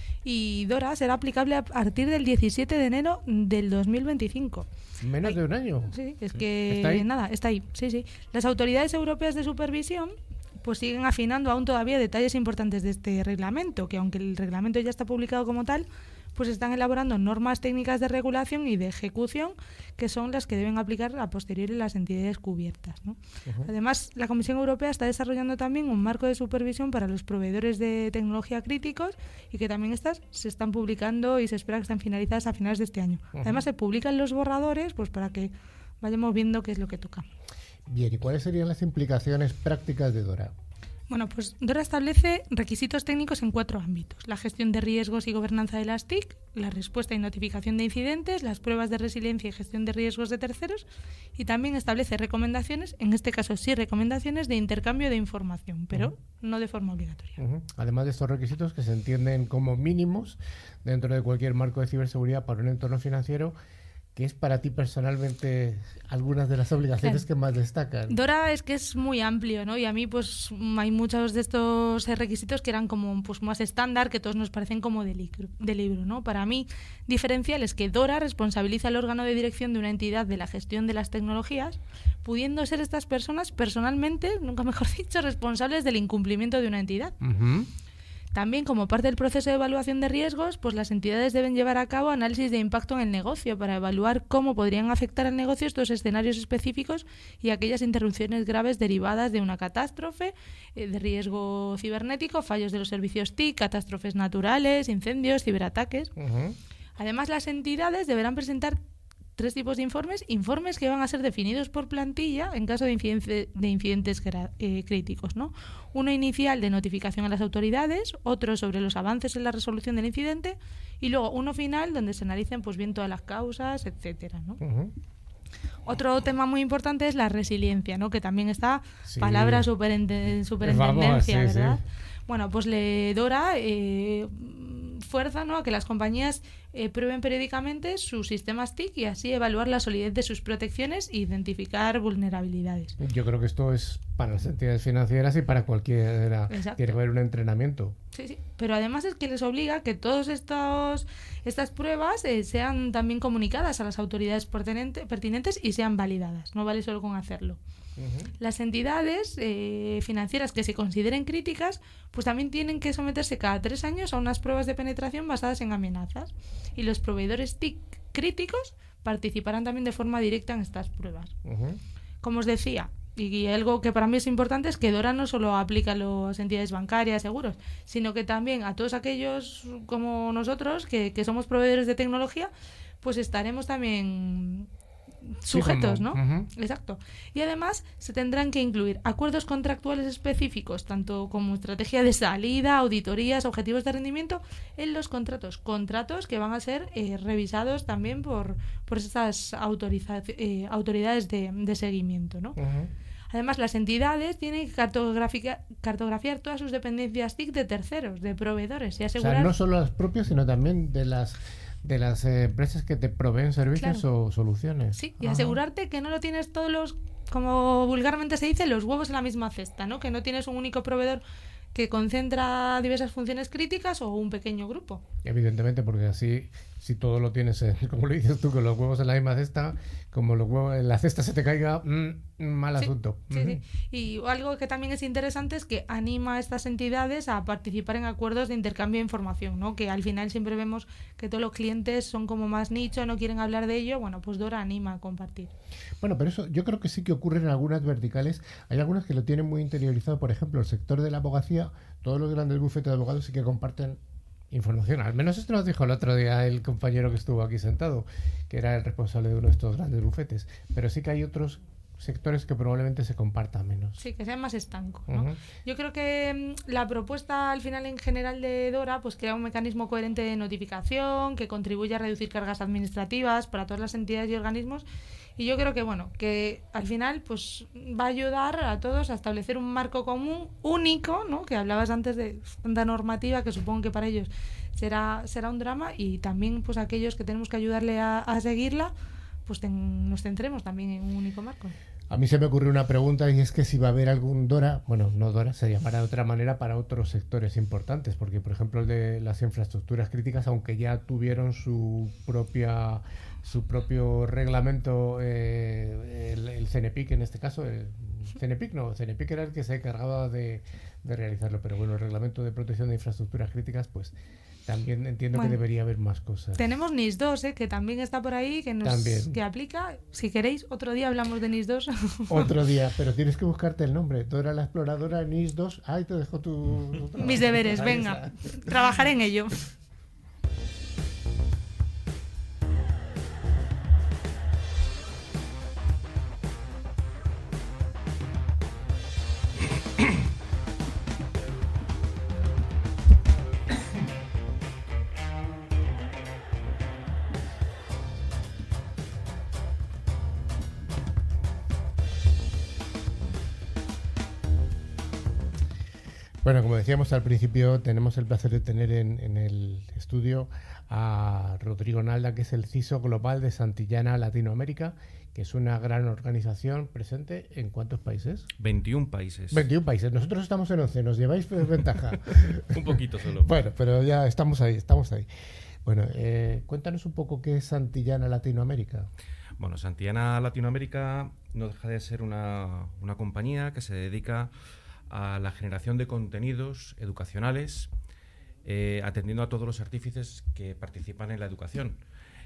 Y Dora será aplicable a partir del 17 de enero del 2025. Menos de un año. Sí, es que ¿Está ahí? nada, está ahí. Sí, sí. Las autoridades europeas de supervisión pues siguen afinando aún todavía detalles importantes de este reglamento, que aunque el reglamento ya está publicado como tal, pues están elaborando normas técnicas de regulación y de ejecución que son las que deben aplicar a posteriori las entidades cubiertas, ¿no? Además, la Comisión Europea está desarrollando también un marco de supervisión para los proveedores de tecnología críticos y que también estas se están publicando y se espera que estén finalizadas a finales de este año. Además, se publican los borradores pues para que vayamos viendo qué es lo que toca. Bien, ¿y cuáles serían las implicaciones prácticas de DORA? Bueno, pues DORA establece requisitos técnicos en 4 ámbitos: la gestión de riesgos y gobernanza de las TIC, la respuesta y notificación de incidentes, las pruebas de resiliencia y gestión de riesgos de terceros, y también establece recomendaciones, en este caso sí recomendaciones de intercambio de información, pero no de forma obligatoria. Además de estos requisitos que se entienden como mínimos dentro de cualquier marco de ciberseguridad para un entorno financiero, ¿qué es para ti personalmente algunas de las obligaciones que más destacan? DORA es que es muy amplio, ¿no? Y a mí pues hay muchos de estos requisitos que eran como pues más estándar, que todos nos parecen como de libro, ¿no? Para mí, diferencial es que DORA responsabiliza al órgano de dirección de una entidad de la gestión de las tecnologías, pudiendo ser estas personas personalmente, nunca mejor dicho, responsables del incumplimiento de una entidad. También, como parte del proceso de evaluación de riesgos, pues las entidades deben llevar a cabo análisis de impacto en el negocio para evaluar cómo podrían afectar al negocio estos escenarios específicos y aquellas interrupciones graves derivadas de una catástrofe, de riesgo cibernético, fallos de los servicios TIC, catástrofes naturales, incendios, ciberataques. Además, las entidades deberán presentar 3 tipos de informes que van a ser definidos por plantilla en caso de incidentes críticos, ¿no? Uno inicial de notificación a las autoridades, otro sobre los avances en la resolución del incidente y luego uno final donde se analicen pues bien todas las causas, etcétera, ¿no? Otro tema muy importante es la resiliencia, ¿no? Que también está palabra superintendencia, ¿verdad? Sí. Bueno, pues DORA fuerza, ¿no?, a que las compañías prueben periódicamente sus sistemas TIC y así evaluar la solidez de sus protecciones e identificar vulnerabilidades. Yo creo que esto es para las entidades financieras y para cualquiera. Tiene que haber un entrenamiento. Sí, pero además es que les obliga a que todas estas pruebas sean también comunicadas a las autoridades pertinentes y sean validadas. No vale solo con hacerlo. Las entidades financieras que se consideren críticas pues también tienen que someterse cada 3 años a unas pruebas de penetración basadas en amenazas y los proveedores TIC críticos participarán también de forma directa en estas pruebas. Como os decía, y algo que para mí es importante es que DORA no solo aplica a las entidades bancarias, seguros, sino que también a todos aquellos como nosotros que somos proveedores de tecnología, pues estaremos también sujetos, ¿no? Exacto. Y además se tendrán que incluir acuerdos contractuales específicos, tanto como estrategia de salida, auditorías, objetivos de rendimiento en los contratos que van a ser revisados también por estas autoridades de seguimiento, ¿no? Además, las entidades tienen que cartografiar todas sus dependencias TIC de terceros, de proveedores y asegurar... O sea, no solo las propias, sino también de las empresas que te proveen servicios o soluciones. Sí, y asegurarte que no lo tienes todos como vulgarmente se dice, los huevos en la misma cesta, ¿no? Que no tienes un único proveedor que concentra diversas funciones críticas o un pequeño grupo. Evidentemente, porque así, si todo lo tienes, como lo dices tú, con los huevos en la misma cesta, como los huevos en la cesta se te caiga, mal asunto. Sí. Y algo que también es interesante es que anima a estas entidades a participar en acuerdos de intercambio de información, ¿no? Que al final siempre vemos que todos los clientes son como más nicho, no quieren hablar de ello. Bueno, pues DORA anima a compartir. Bueno, pero eso yo creo que sí que ocurre en algunas verticales. Hay algunas que lo tienen muy interiorizado. Por ejemplo, el sector de la abogacía, todos los grandes bufetes de abogados sí que comparten información. Al menos esto nos dijo el otro día el compañero que estuvo aquí sentado, que era el responsable de uno de estos grandes bufetes. Pero sí que hay otros sectores que probablemente se compartan menos. Sí, que sean más estancos, ¿no? Yo creo que la propuesta al final en general de DORA pues crea un mecanismo coherente de notificación que contribuye a reducir cargas administrativas para todas las entidades y organismos. Y yo creo que que al final pues va a ayudar a todos a establecer un marco común único, ¿no? Que hablabas antes de tanta normativa que supongo que para ellos será un drama, y también pues aquellos que tenemos que ayudarle a seguirla pues nos centremos también en un único marco. A mí se me ocurrió una pregunta, y es que si va a haber algún DORA, bueno, no DORA, se llamará de otra manera para otros sectores importantes, porque por ejemplo el de las infraestructuras críticas, aunque ya tuvieron su propio reglamento, el CNPIC en este caso, CNPIC era el que se encargaba de realizarlo, pero bueno, el reglamento de protección de infraestructuras críticas pues También entiendo Bueno, que debería haber más cosas. Tenemos NIS 2, que también está por ahí, También. que aplica. Si queréis, otro día hablamos de NIS 2. Otro día, pero tienes que buscarte el nombre. Dora la exploradora, NIS 2. Ahí te dejo tu trabajo. Mis deberes, Ahí venga. está. Trabajaré en ello. Bueno, como decíamos al principio, tenemos el placer de tener en el estudio a Rodrigo Nalda, que es el CISO Global de Santillana Latinoamérica, que es una gran organización presente en ¿cuántos países? 21 países. 21 países. Nosotros estamos en 11, nos lleváis ventaja. Un poquito solo. Bueno, pero ya estamos ahí, estamos ahí. Bueno, cuéntanos un poco qué es Santillana Latinoamérica. Bueno, Santillana Latinoamérica no deja de ser una compañía que se dedica a la generación de contenidos educacionales, atendiendo a todos los artífices que participan en la educación,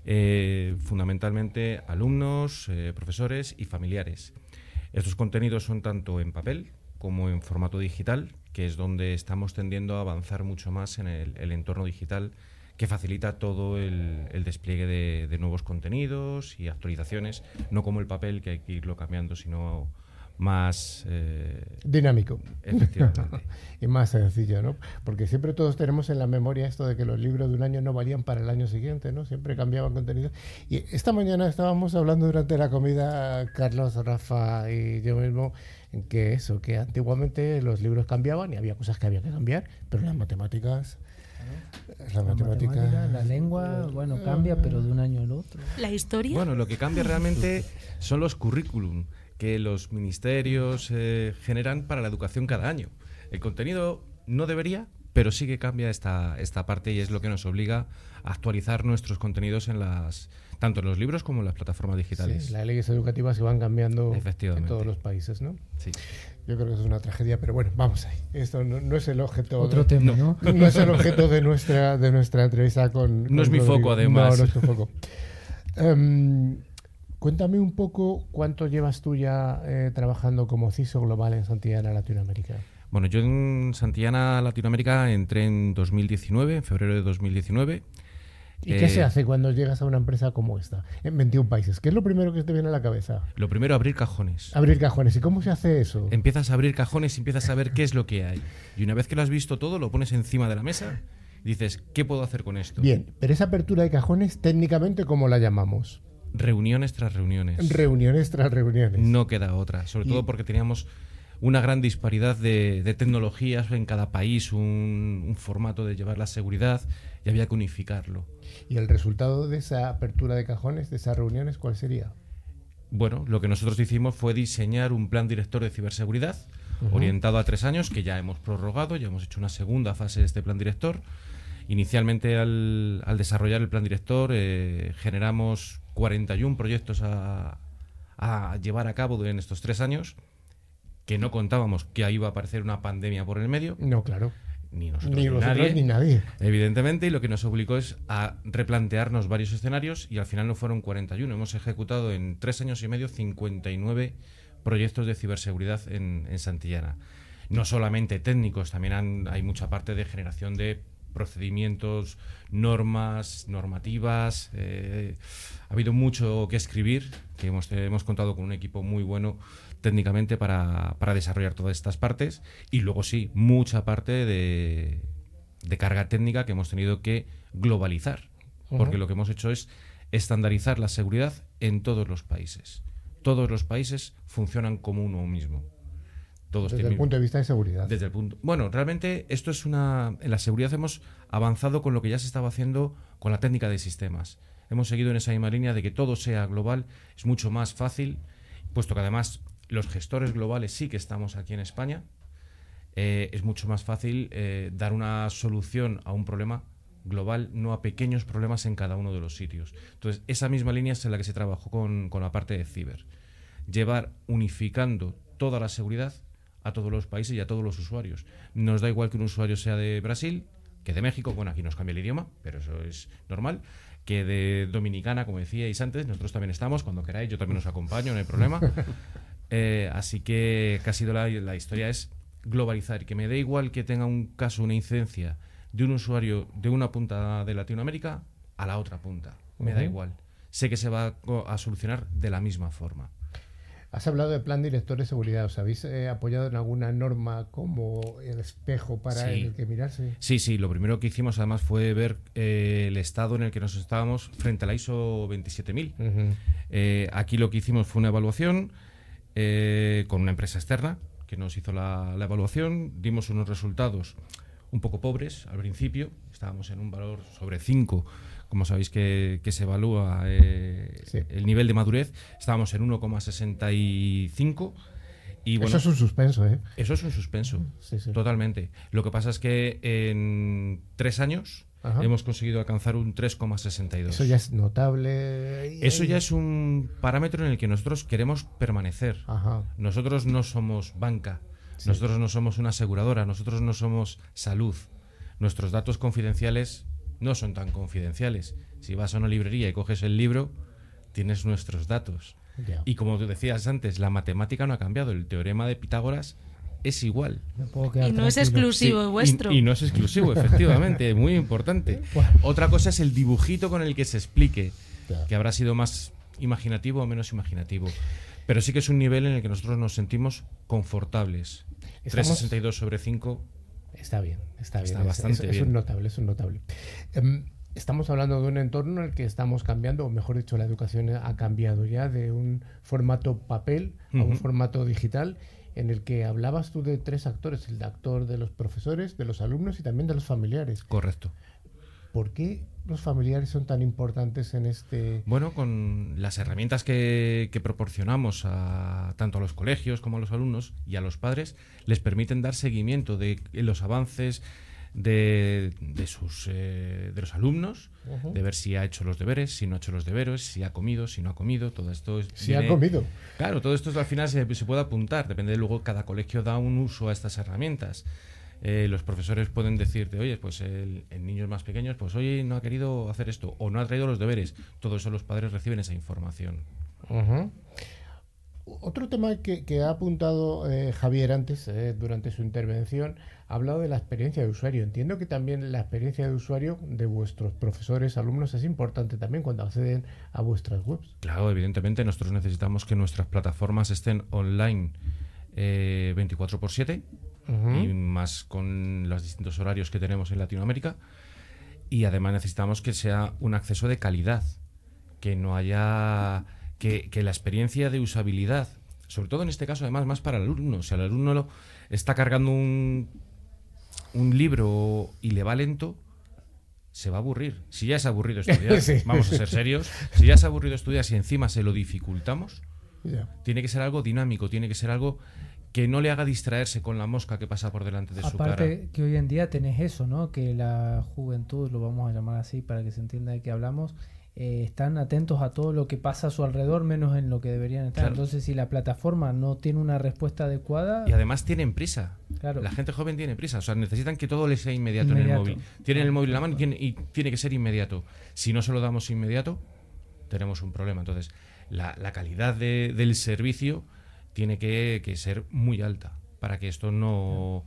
fundamentalmente alumnos, profesores y familiares. Estos contenidos son tanto en papel como en formato digital, que es donde estamos tendiendo a avanzar mucho más en el entorno digital, que facilita todo el despliegue de nuevos contenidos y actualizaciones, no como el papel, que hay que irlo cambiando, sino más dinámico. Efectivamente. Y más sencillo, ¿no? Porque siempre todos tenemos en la memoria esto de que los libros de un año no valían para el año siguiente, ¿no? Siempre cambiaban contenido. Y esta mañana estábamos hablando durante la comida, Carlos, Rafa y yo mismo, en que eso, que antiguamente los libros cambiaban y había cosas que había que cambiar, pero las matemáticas... La matemática, la lengua, bueno, cambia, pero de un año al otro. ¿La historia? Bueno, lo que cambia realmente son los currículum que los ministerios generan para la educación cada año. El contenido no debería, pero sí que cambia esta parte, y es lo que nos obliga a actualizar nuestros contenidos tanto en los libros como en las plataformas digitales. Sí, las leyes educativas que van cambiando en todos los países, ¿no? Sí. Yo creo que eso es una tragedia, pero bueno, vamos ahí. Esto no es el objeto. Otro tema, ¿no? No es el objeto de nuestra entrevista con. No es mi Rodrigo. foco, además. No es tu foco. Cuéntame un poco cuánto llevas tú ya trabajando como CISO global en Santillana Latinoamérica. Bueno, yo en Santillana Latinoamérica entré en 2019, en febrero de 2019. ¿Y qué se hace cuando llegas a una empresa como esta, en 21 países? ¿Qué es lo primero que te viene a la cabeza? Lo primero, abrir cajones. Abrir cajones. ¿Y cómo se hace eso? Empiezas a abrir cajones y empiezas a ver qué es lo que hay. Y una vez que lo has visto todo, lo pones encima de la mesa y dices, ¿qué puedo hacer con esto? Bien, pero esa apertura de cajones, técnicamente, ¿cómo la llamamos? Reuniones tras reuniones. Reuniones tras reuniones. No queda otra, sobre todo porque teníamos una gran disparidad de tecnologías en cada país, un formato de llevar la seguridad, y había que unificarlo. ¿Y el resultado de esa apertura de cajones, de esas reuniones, cuál sería? Bueno, lo que nosotros hicimos fue diseñar un plan director de ciberseguridad orientado a 3 años, que ya hemos prorrogado, ya hemos hecho una segunda fase de este plan director. Inicialmente, al desarrollar el plan director, generamos 41 proyectos a llevar a cabo en estos 3 años, que no contábamos que iba a aparecer una pandemia por el medio. No, claro. Ni nosotros ni nadie. Evidentemente, y lo que nos obligó es a replantearnos varios escenarios, y al final no fueron 41. Hemos ejecutado en 3 años y medio 59 proyectos de ciberseguridad en Santillana. No solamente técnicos, también hay mucha parte de generación de procedimientos, normativas. Ha habido mucho que escribir, que hemos contado con un equipo muy bueno técnicamente para desarrollar todas estas partes, y luego sí, mucha parte de carga técnica que hemos tenido que globalizar, porque lo que hemos hecho es estandarizar la seguridad en todos los países. Todos los países funcionan como uno mismo. Desde el punto de vista de seguridad. Bueno, realmente esto es en la seguridad hemos avanzado con lo que ya se estaba haciendo con la técnica de sistemas. Hemos seguido en esa misma línea de que todo sea global, es mucho más fácil, puesto que además los gestores globales sí que estamos aquí en España. Es mucho más fácil dar una solución a un problema global, no a pequeños problemas en cada uno de los sitios. Entonces, esa misma línea es en la que se trabajó con la parte de ciber. Llevar unificando toda la seguridad a todos los países y a todos los usuarios. Nos da igual que un usuario sea de Brasil, que de México. Bueno, aquí nos cambia el idioma, pero eso es normal. Que de Dominicana, como decíais antes, nosotros también estamos. Cuando queráis, yo también os acompaño, no hay problema. Así que casi la historia es globalizar, que me dé igual que tenga un caso, una incidencia de un usuario de una punta de Latinoamérica a la otra punta. Me da igual. Sé que se va a solucionar de la misma forma. Has hablado de plan director de seguridad. ¿Os habéis apoyado en alguna norma como el espejo para el que mirarse? Sí. Lo primero que hicimos además fue ver el estado en el que nos estábamos frente a la ISO 27000. Aquí lo que hicimos fue una evaluación con una empresa externa que nos hizo la evaluación. Dimos unos resultados un poco pobres al principio. Estábamos en un valor sobre 5. Como sabéis que se evalúa el nivel de madurez, estábamos en 1,65 y bueno, eso es un suspenso, ¿eh? Eso es un suspenso, totalmente. Lo que pasa es que en 3 años hemos conseguido alcanzar un 3,62. Eso ya es notable. Eso ya es un parámetro en el que nosotros queremos permanecer. Nosotros no somos banca, nosotros no somos una aseguradora, nosotros no somos salud. Nuestros datos confidenciales no son tan confidenciales. Si vas a una librería y coges el libro, tienes nuestros datos. Y como tú decías antes, la matemática no ha cambiado. El teorema de Pitágoras es igual. Y no es exclusivo vuestro. Y no es exclusivo, efectivamente, muy importante. Otra cosa es el dibujito con el que se explique, que habrá sido más imaginativo o menos imaginativo. Pero sí que es un nivel en el que nosotros nos sentimos confortables. 3,62 sobre 5... Está bien. Está bastante bien. Es un notable. Estamos hablando de un entorno en el que estamos cambiando, o mejor dicho, la educación ha cambiado ya de un formato papel a un formato digital, en el que hablabas tú de 3 actores: el actor de los profesores, de los alumnos y también de los familiares. Correcto. ¿Por qué los familiares son tan importantes en este...? Bueno, con las herramientas que proporcionamos tanto a los colegios como a los alumnos y a los padres, les permiten dar seguimiento de los avances de los alumnos, de ver si ha hecho los deberes, si no ha hecho los deberes, si ha comido, si no ha comido, todo esto ha comido. Claro, todo esto al final se puede apuntar, depende de luego cada colegio da un uso a estas herramientas. Los profesores pueden decirte, oye, pues en niños más pequeños, pues hoy no ha querido hacer esto o no ha traído los deberes. Todo eso los padres reciben esa información. Otro tema que ha apuntado Javier antes, durante su intervención, ha hablado de la experiencia de usuario. Entiendo que también la experiencia de usuario de vuestros profesores, alumnos, es importante también cuando acceden a vuestras webs. Claro, evidentemente nosotros necesitamos que nuestras plataformas estén online 24/7. Y más con los distintos horarios que tenemos en Latinoamérica, y además necesitamos que sea un acceso de calidad, que no haya que la experiencia de usabilidad, sobre todo en este caso además más para el alumno, si el alumno está cargando un libro y le va lento, se va a aburrir. Si ya es aburrido estudiar, vamos a ser serios, si ya es aburrido estudiar, si encima se lo dificultamos, tiene que ser algo dinámico, tiene que ser algo que no le haga distraerse con la mosca que pasa por delante de su cara. Aparte que hoy en día tenés eso, ¿no? Que la juventud, lo vamos a llamar así para que se entienda de qué hablamos, están atentos a todo lo que pasa a su alrededor, menos en lo que deberían estar. Claro. Entonces, si la plataforma no tiene una respuesta adecuada... Y además tienen prisa. Claro. La gente joven tiene prisa. O sea, necesitan que todo les sea inmediato en el móvil. Tienen el móvil en la mano y tiene que ser inmediato. Si no se lo damos inmediato, tenemos un problema. Entonces, la calidad del servicio tiene que ser muy alta para que esto no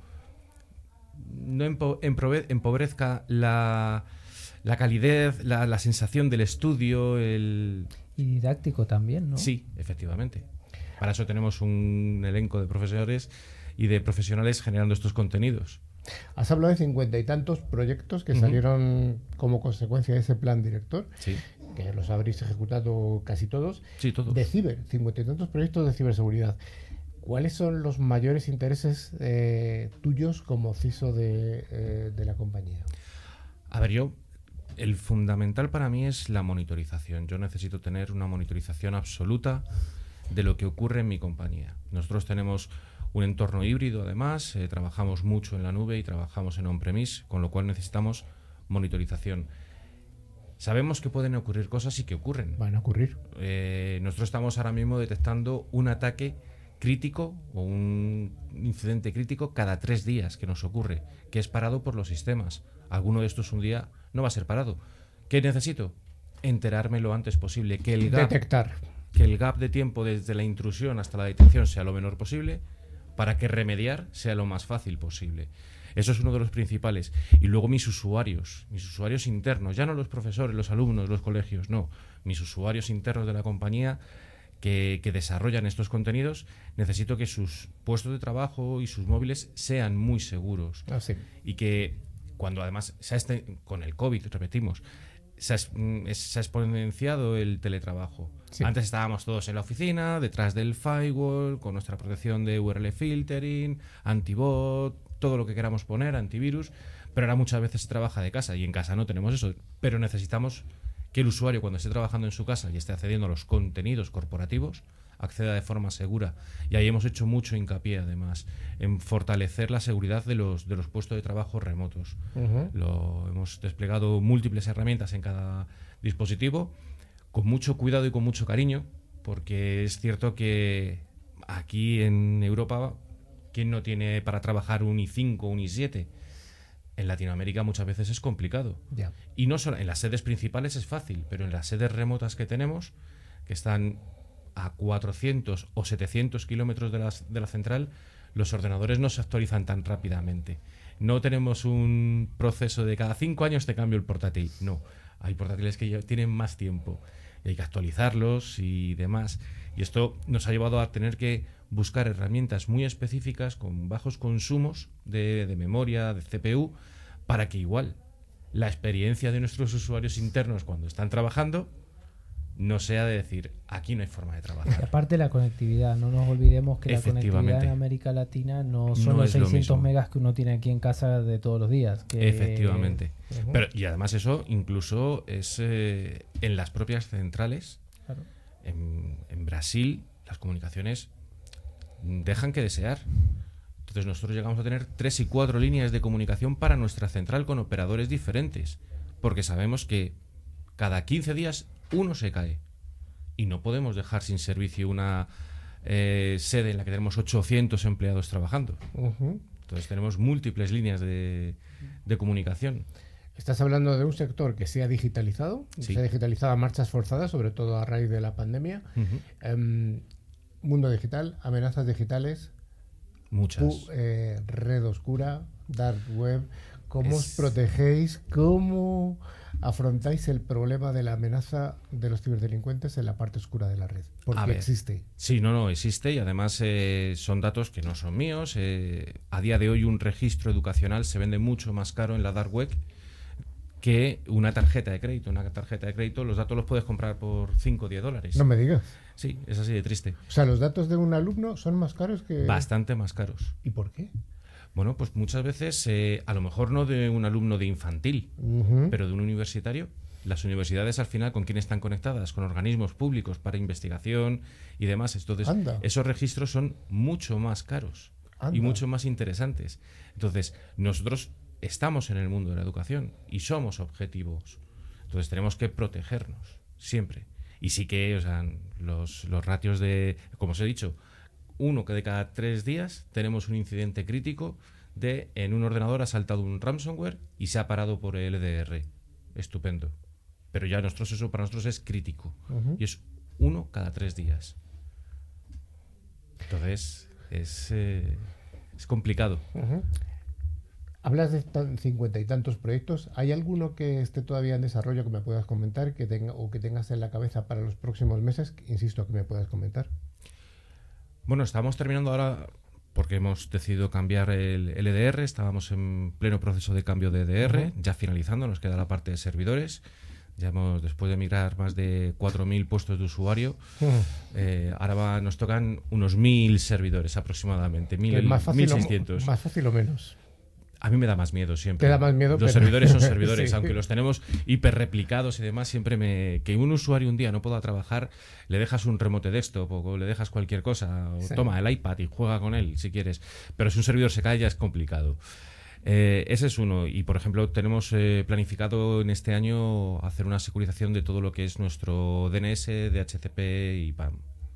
empobrezca la calidez, la sensación del estudio. Y didáctico también, ¿no? Sí, efectivamente. Para eso tenemos un elenco de profesores y de profesionales generando estos contenidos. Has hablado de 50 y tantos proyectos que salieron como consecuencia de ese plan director, que los habréis ejecutado casi todos. Sí, todos. De 50 y tantos proyectos de ciberseguridad. ¿Cuáles son los mayores intereses tuyos como CISO de la compañía? A ver, el fundamental para mí es la monitorización. Yo necesito tener una monitorización absoluta de lo que ocurre en mi compañía. Nosotros tenemos un entorno híbrido, además, trabajamos mucho en la nube y trabajamos en on-premise, con lo cual necesitamos monitorización. Sabemos que pueden ocurrir cosas y que ocurren. Van a ocurrir. Nosotros estamos ahora mismo detectando un ataque crítico o un incidente crítico cada 3 días que nos ocurre, que es parado por los sistemas. Alguno de estos un día no va a ser parado. ¿Qué necesito? Enterarme lo antes posible, que el gap de tiempo desde la intrusión hasta la detección sea lo menor posible, para que remediar sea lo más fácil posible. Eso es uno de los principales. Y luego mis usuarios internos, ya no los profesores, los alumnos, los colegios, no, mis usuarios internos de la compañía que desarrollan estos contenidos, necesito que sus puestos de trabajo y sus móviles sean muy seguros. Y que cuando además con el COVID, repetimos, se ha exponenciado el teletrabajo. Sí. Antes estábamos todos en la oficina, detrás del firewall, con nuestra protección de URL filtering, antibot, todo lo que queramos poner, antivirus, pero ahora muchas veces se trabaja de casa y en casa no tenemos eso, pero necesitamos que el usuario, cuando esté trabajando en su casa y esté accediendo a los contenidos corporativos, acceda de forma segura. Y ahí hemos hecho mucho hincapié, además, en fortalecer la seguridad de los puestos de trabajo remotos. Hemos desplegado múltiples herramientas en cada dispositivo, con mucho cuidado y con mucho cariño, porque es cierto que aquí en Europa, ¿quién no tiene para trabajar un i5 o un i7? En Latinoamérica muchas veces es complicado. Yeah. Y no solo en las sedes principales es fácil, pero en las sedes remotas que tenemos, que están a 400 o 700 kilómetros de la central, los ordenadores no se actualizan tan rápidamente. No tenemos un proceso de cada 5 años te cambio el portátil. No, hay portátiles que ya tienen más tiempo y hay que actualizarlos y demás. Y esto nos ha llevado a tener que buscar herramientas muy específicas con bajos consumos de memoria, de CPU, para que igual la experiencia de nuestros usuarios internos cuando están trabajando no sea de decir, aquí no hay forma de trabajar. Y aparte la conectividad, no nos olvidemos que la conectividad en América Latina no son los 600 megas que uno tiene aquí en casa de todos los días. Efectivamente. Pero, y además eso incluso es en las propias centrales. Claro. En Brasil las comunicaciones dejan que desear. Entonces nosotros llegamos a tener 3 y 4 líneas de comunicación para nuestra central con operadores diferentes, porque sabemos que cada 15 días uno se cae y no podemos dejar sin servicio una sede en la que tenemos 800 empleados trabajando. Entonces tenemos múltiples líneas de comunicación. Estás hablando de un sector que se ha digitalizado, Sí. se ha digitalizado a marchas forzadas, sobre todo a raíz de la pandemia. Mundo digital, amenazas digitales, Muchas. red oscura, dark web. ¿Cómo os protegéis? ¿Cómo afrontáis el problema de la amenaza de los ciberdelincuentes en la parte oscura de la red? Porque existe. Sí, no, existe y además son datos que no son míos. A día de hoy un registro educacional se vende mucho más caro en la dark web que una tarjeta de crédito. Una tarjeta de crédito, los datos los puedes comprar por 5 o 10 dólares. No me digas. Sí, es así de triste. O sea, los datos de un alumno son más caros que... Bastante más caros. ¿Y por qué? Bueno, pues muchas veces, a lo mejor no de un alumno de infantil, pero de un universitario. Las universidades al final, ¿con quién están conectadas? Con organismos públicos para investigación y demás. Entonces, esos registros son mucho más caros y mucho más interesantes. Entonces, nosotros estamos en el mundo de la educación y somos objetivos. Entonces, tenemos que protegernos siempre. Y sí que, o sea, los ratios de, como os he dicho, uno que de cada 3 días tenemos un incidente crítico de en un ordenador ha saltado un ransomware y se ha parado por el LDR. Estupendo. Pero ya eso para nosotros es crítico. Y es 1 cada 3 días. Entonces, es complicado. Hablas de 50 y tantos proyectos. ¿Hay alguno que esté todavía en desarrollo que me puedas comentar que tengas en la cabeza para los próximos meses? Insisto, que me puedas comentar. Bueno, estamos terminando ahora porque hemos decidido cambiar el LDR. Estábamos en pleno proceso de cambio de EDR, ya finalizando, nos queda la parte de servidores. Ya hemos, después de migrar más de 4.000 puestos de usuario, ahora nos tocan unos 1.000 servidores aproximadamente, 1.600. ¿Más fácil o menos? A mí me da más miedo siempre. Te da más miedo. Los servidores son servidores, sí. Aunque los tenemos hiperreplicados y demás, siempre que un usuario un día no pueda trabajar, le dejas un remote desktop o le dejas cualquier cosa, o toma el iPad y juega con él si quieres. Pero si un servidor se cae ya es complicado. Ese es uno. Y por ejemplo, tenemos planificado en este año hacer una securización de todo lo que es nuestro DNS, DHCP y PAM.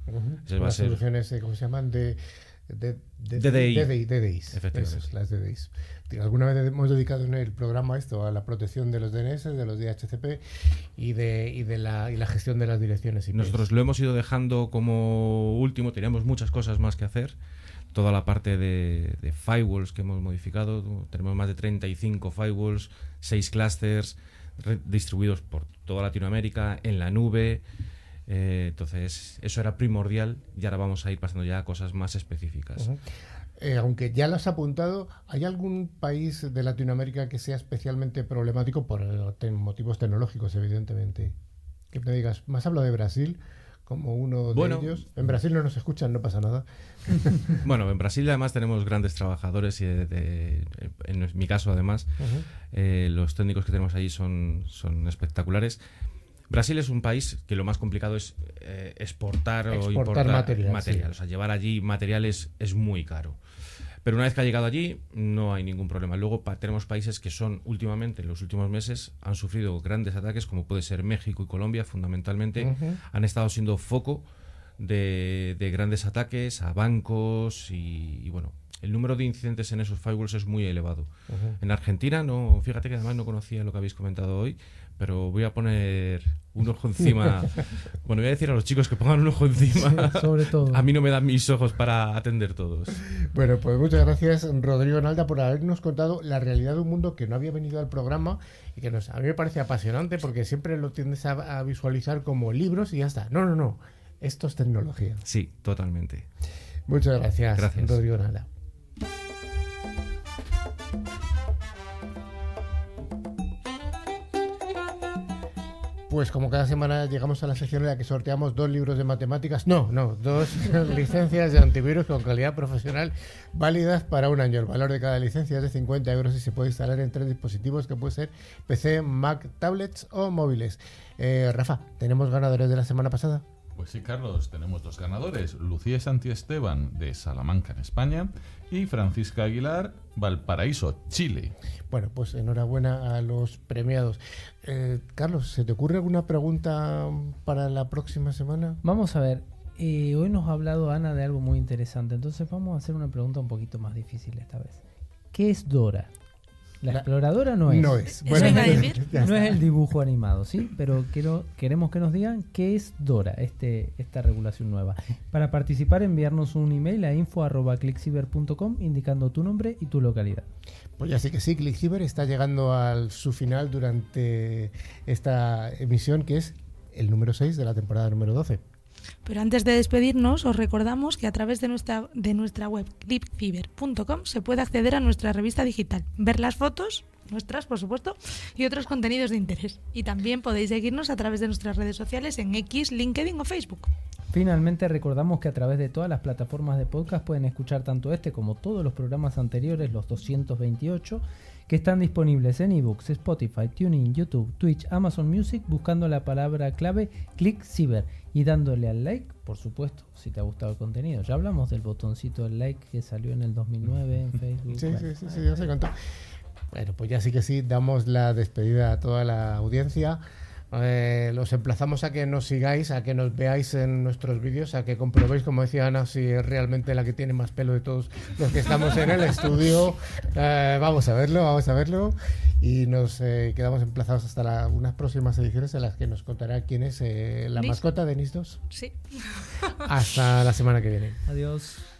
Ese va a Las ser soluciones, ¿cómo se llaman? DDI. Efectivamente. Esas, las DDIs. Alguna vez hemos dedicado en el programa esto a la protección de los DNS, de los DHCP y de la gestión de las direcciones IP. Nosotros lo hemos ido dejando como último, teníamos muchas cosas más que hacer. Toda la parte de firewalls que hemos modificado, tenemos más de 35 firewalls, 6 clusters distribuidos por toda Latinoamérica, en la nube. Entonces, eso era primordial y ahora vamos a ir pasando ya a cosas más específicas. Aunque ya lo has apuntado, ¿hay algún país de Latinoamérica que sea especialmente problemático por motivos tecnológicos, evidentemente? Que me digas, más hablo de Brasil como uno de ellos. En Brasil no nos escuchan, no pasa nada. Bueno, en Brasil además tenemos grandes trabajadores y en mi caso además los técnicos que tenemos allí son espectaculares. Brasil es un país que lo más complicado es exportar o importar material. Sí. O sea, llevar allí materiales es muy caro. Pero una vez que ha llegado allí, no hay ningún problema. Luego tenemos países que son últimamente, en los últimos meses, han sufrido grandes ataques, como puede ser México y Colombia, fundamentalmente. Han estado siendo foco de grandes ataques a bancos y bueno, el número de incidentes en esos firewalls es muy elevado. En Argentina, no, fíjate que además no conocía lo que habéis comentado hoy, pero voy a poner un ojo encima. Bueno, voy a decir a los chicos que pongan un ojo encima. Sí, sobre todo. A mí no me dan mis ojos para atender todos. Bueno, pues muchas gracias, Rodrigo Nalda, por habernos contado la realidad de un mundo que no había venido al programa y que a mí me parece apasionante porque siempre lo tiendes a visualizar como libros y ya está. No. Esto es tecnología. Sí, totalmente. Muchas gracias. Rodrigo Nalda. Pues como cada semana llegamos a la sección en la que sorteamos 2 libros de matemáticas, 2 licencias de antivirus con calidad profesional válidas para un año. El valor de cada licencia es de 50 euros y se puede instalar en 3 dispositivos que puede ser PC, Mac, tablets o móviles. Rafa, ¿tenemos ganadores de la semana pasada? Pues sí, Carlos, tenemos 2 ganadores, Lucía Santiesteban de Salamanca, en España, y Francisca Aguilar, Valparaíso, Chile. Bueno, pues enhorabuena a los premiados. Carlos, ¿se te ocurre alguna pregunta para la próxima semana? Vamos a ver, hoy nos ha hablado Ana de algo muy interesante, entonces vamos a hacer una pregunta un poquito más difícil esta vez. ¿Qué es Dora? La exploradora no es. No es. Bueno, no es el dibujo animado, ¿sí? Pero queremos que nos digan qué es Dora, esta regulación nueva. Para participar, enviarnos un email a info@clickciber.com indicando tu nombre y tu localidad. Pues ya sé que sí, ClickCiber está llegando a su final durante esta emisión, que es el número 6 de la temporada número 12. Pero antes de despedirnos, os recordamos que a través de nuestra web clickciber.com se puede acceder a nuestra revista digital, ver las fotos, nuestras por supuesto, y otros contenidos de interés. Y también podéis seguirnos a través de nuestras redes sociales en X, LinkedIn o Facebook. Finalmente recordamos que a través de todas las plataformas de podcast pueden escuchar tanto este como todos los programas anteriores, los 228, que están disponibles en ebooks, Spotify, TuneIn, YouTube, Twitch, Amazon Music, buscando la palabra clave ClickCiber y dándole al like, por supuesto, si te ha gustado el contenido. Ya hablamos del botoncito del like que salió en el 2009 en Facebook. Sí, ya se contó. Bueno, pues ya sí que sí, damos la despedida a toda la audiencia. Los emplazamos a que nos sigáis, a que nos veáis en nuestros vídeos, a que comprobéis, como decía Ana, si es realmente la que tiene más pelo de todos los que estamos en el estudio. Vamos a verlo y nos quedamos emplazados hasta unas próximas ediciones en las que nos contará quién es la mascota de NIS 2. Sí. Hasta la semana que viene. Adiós.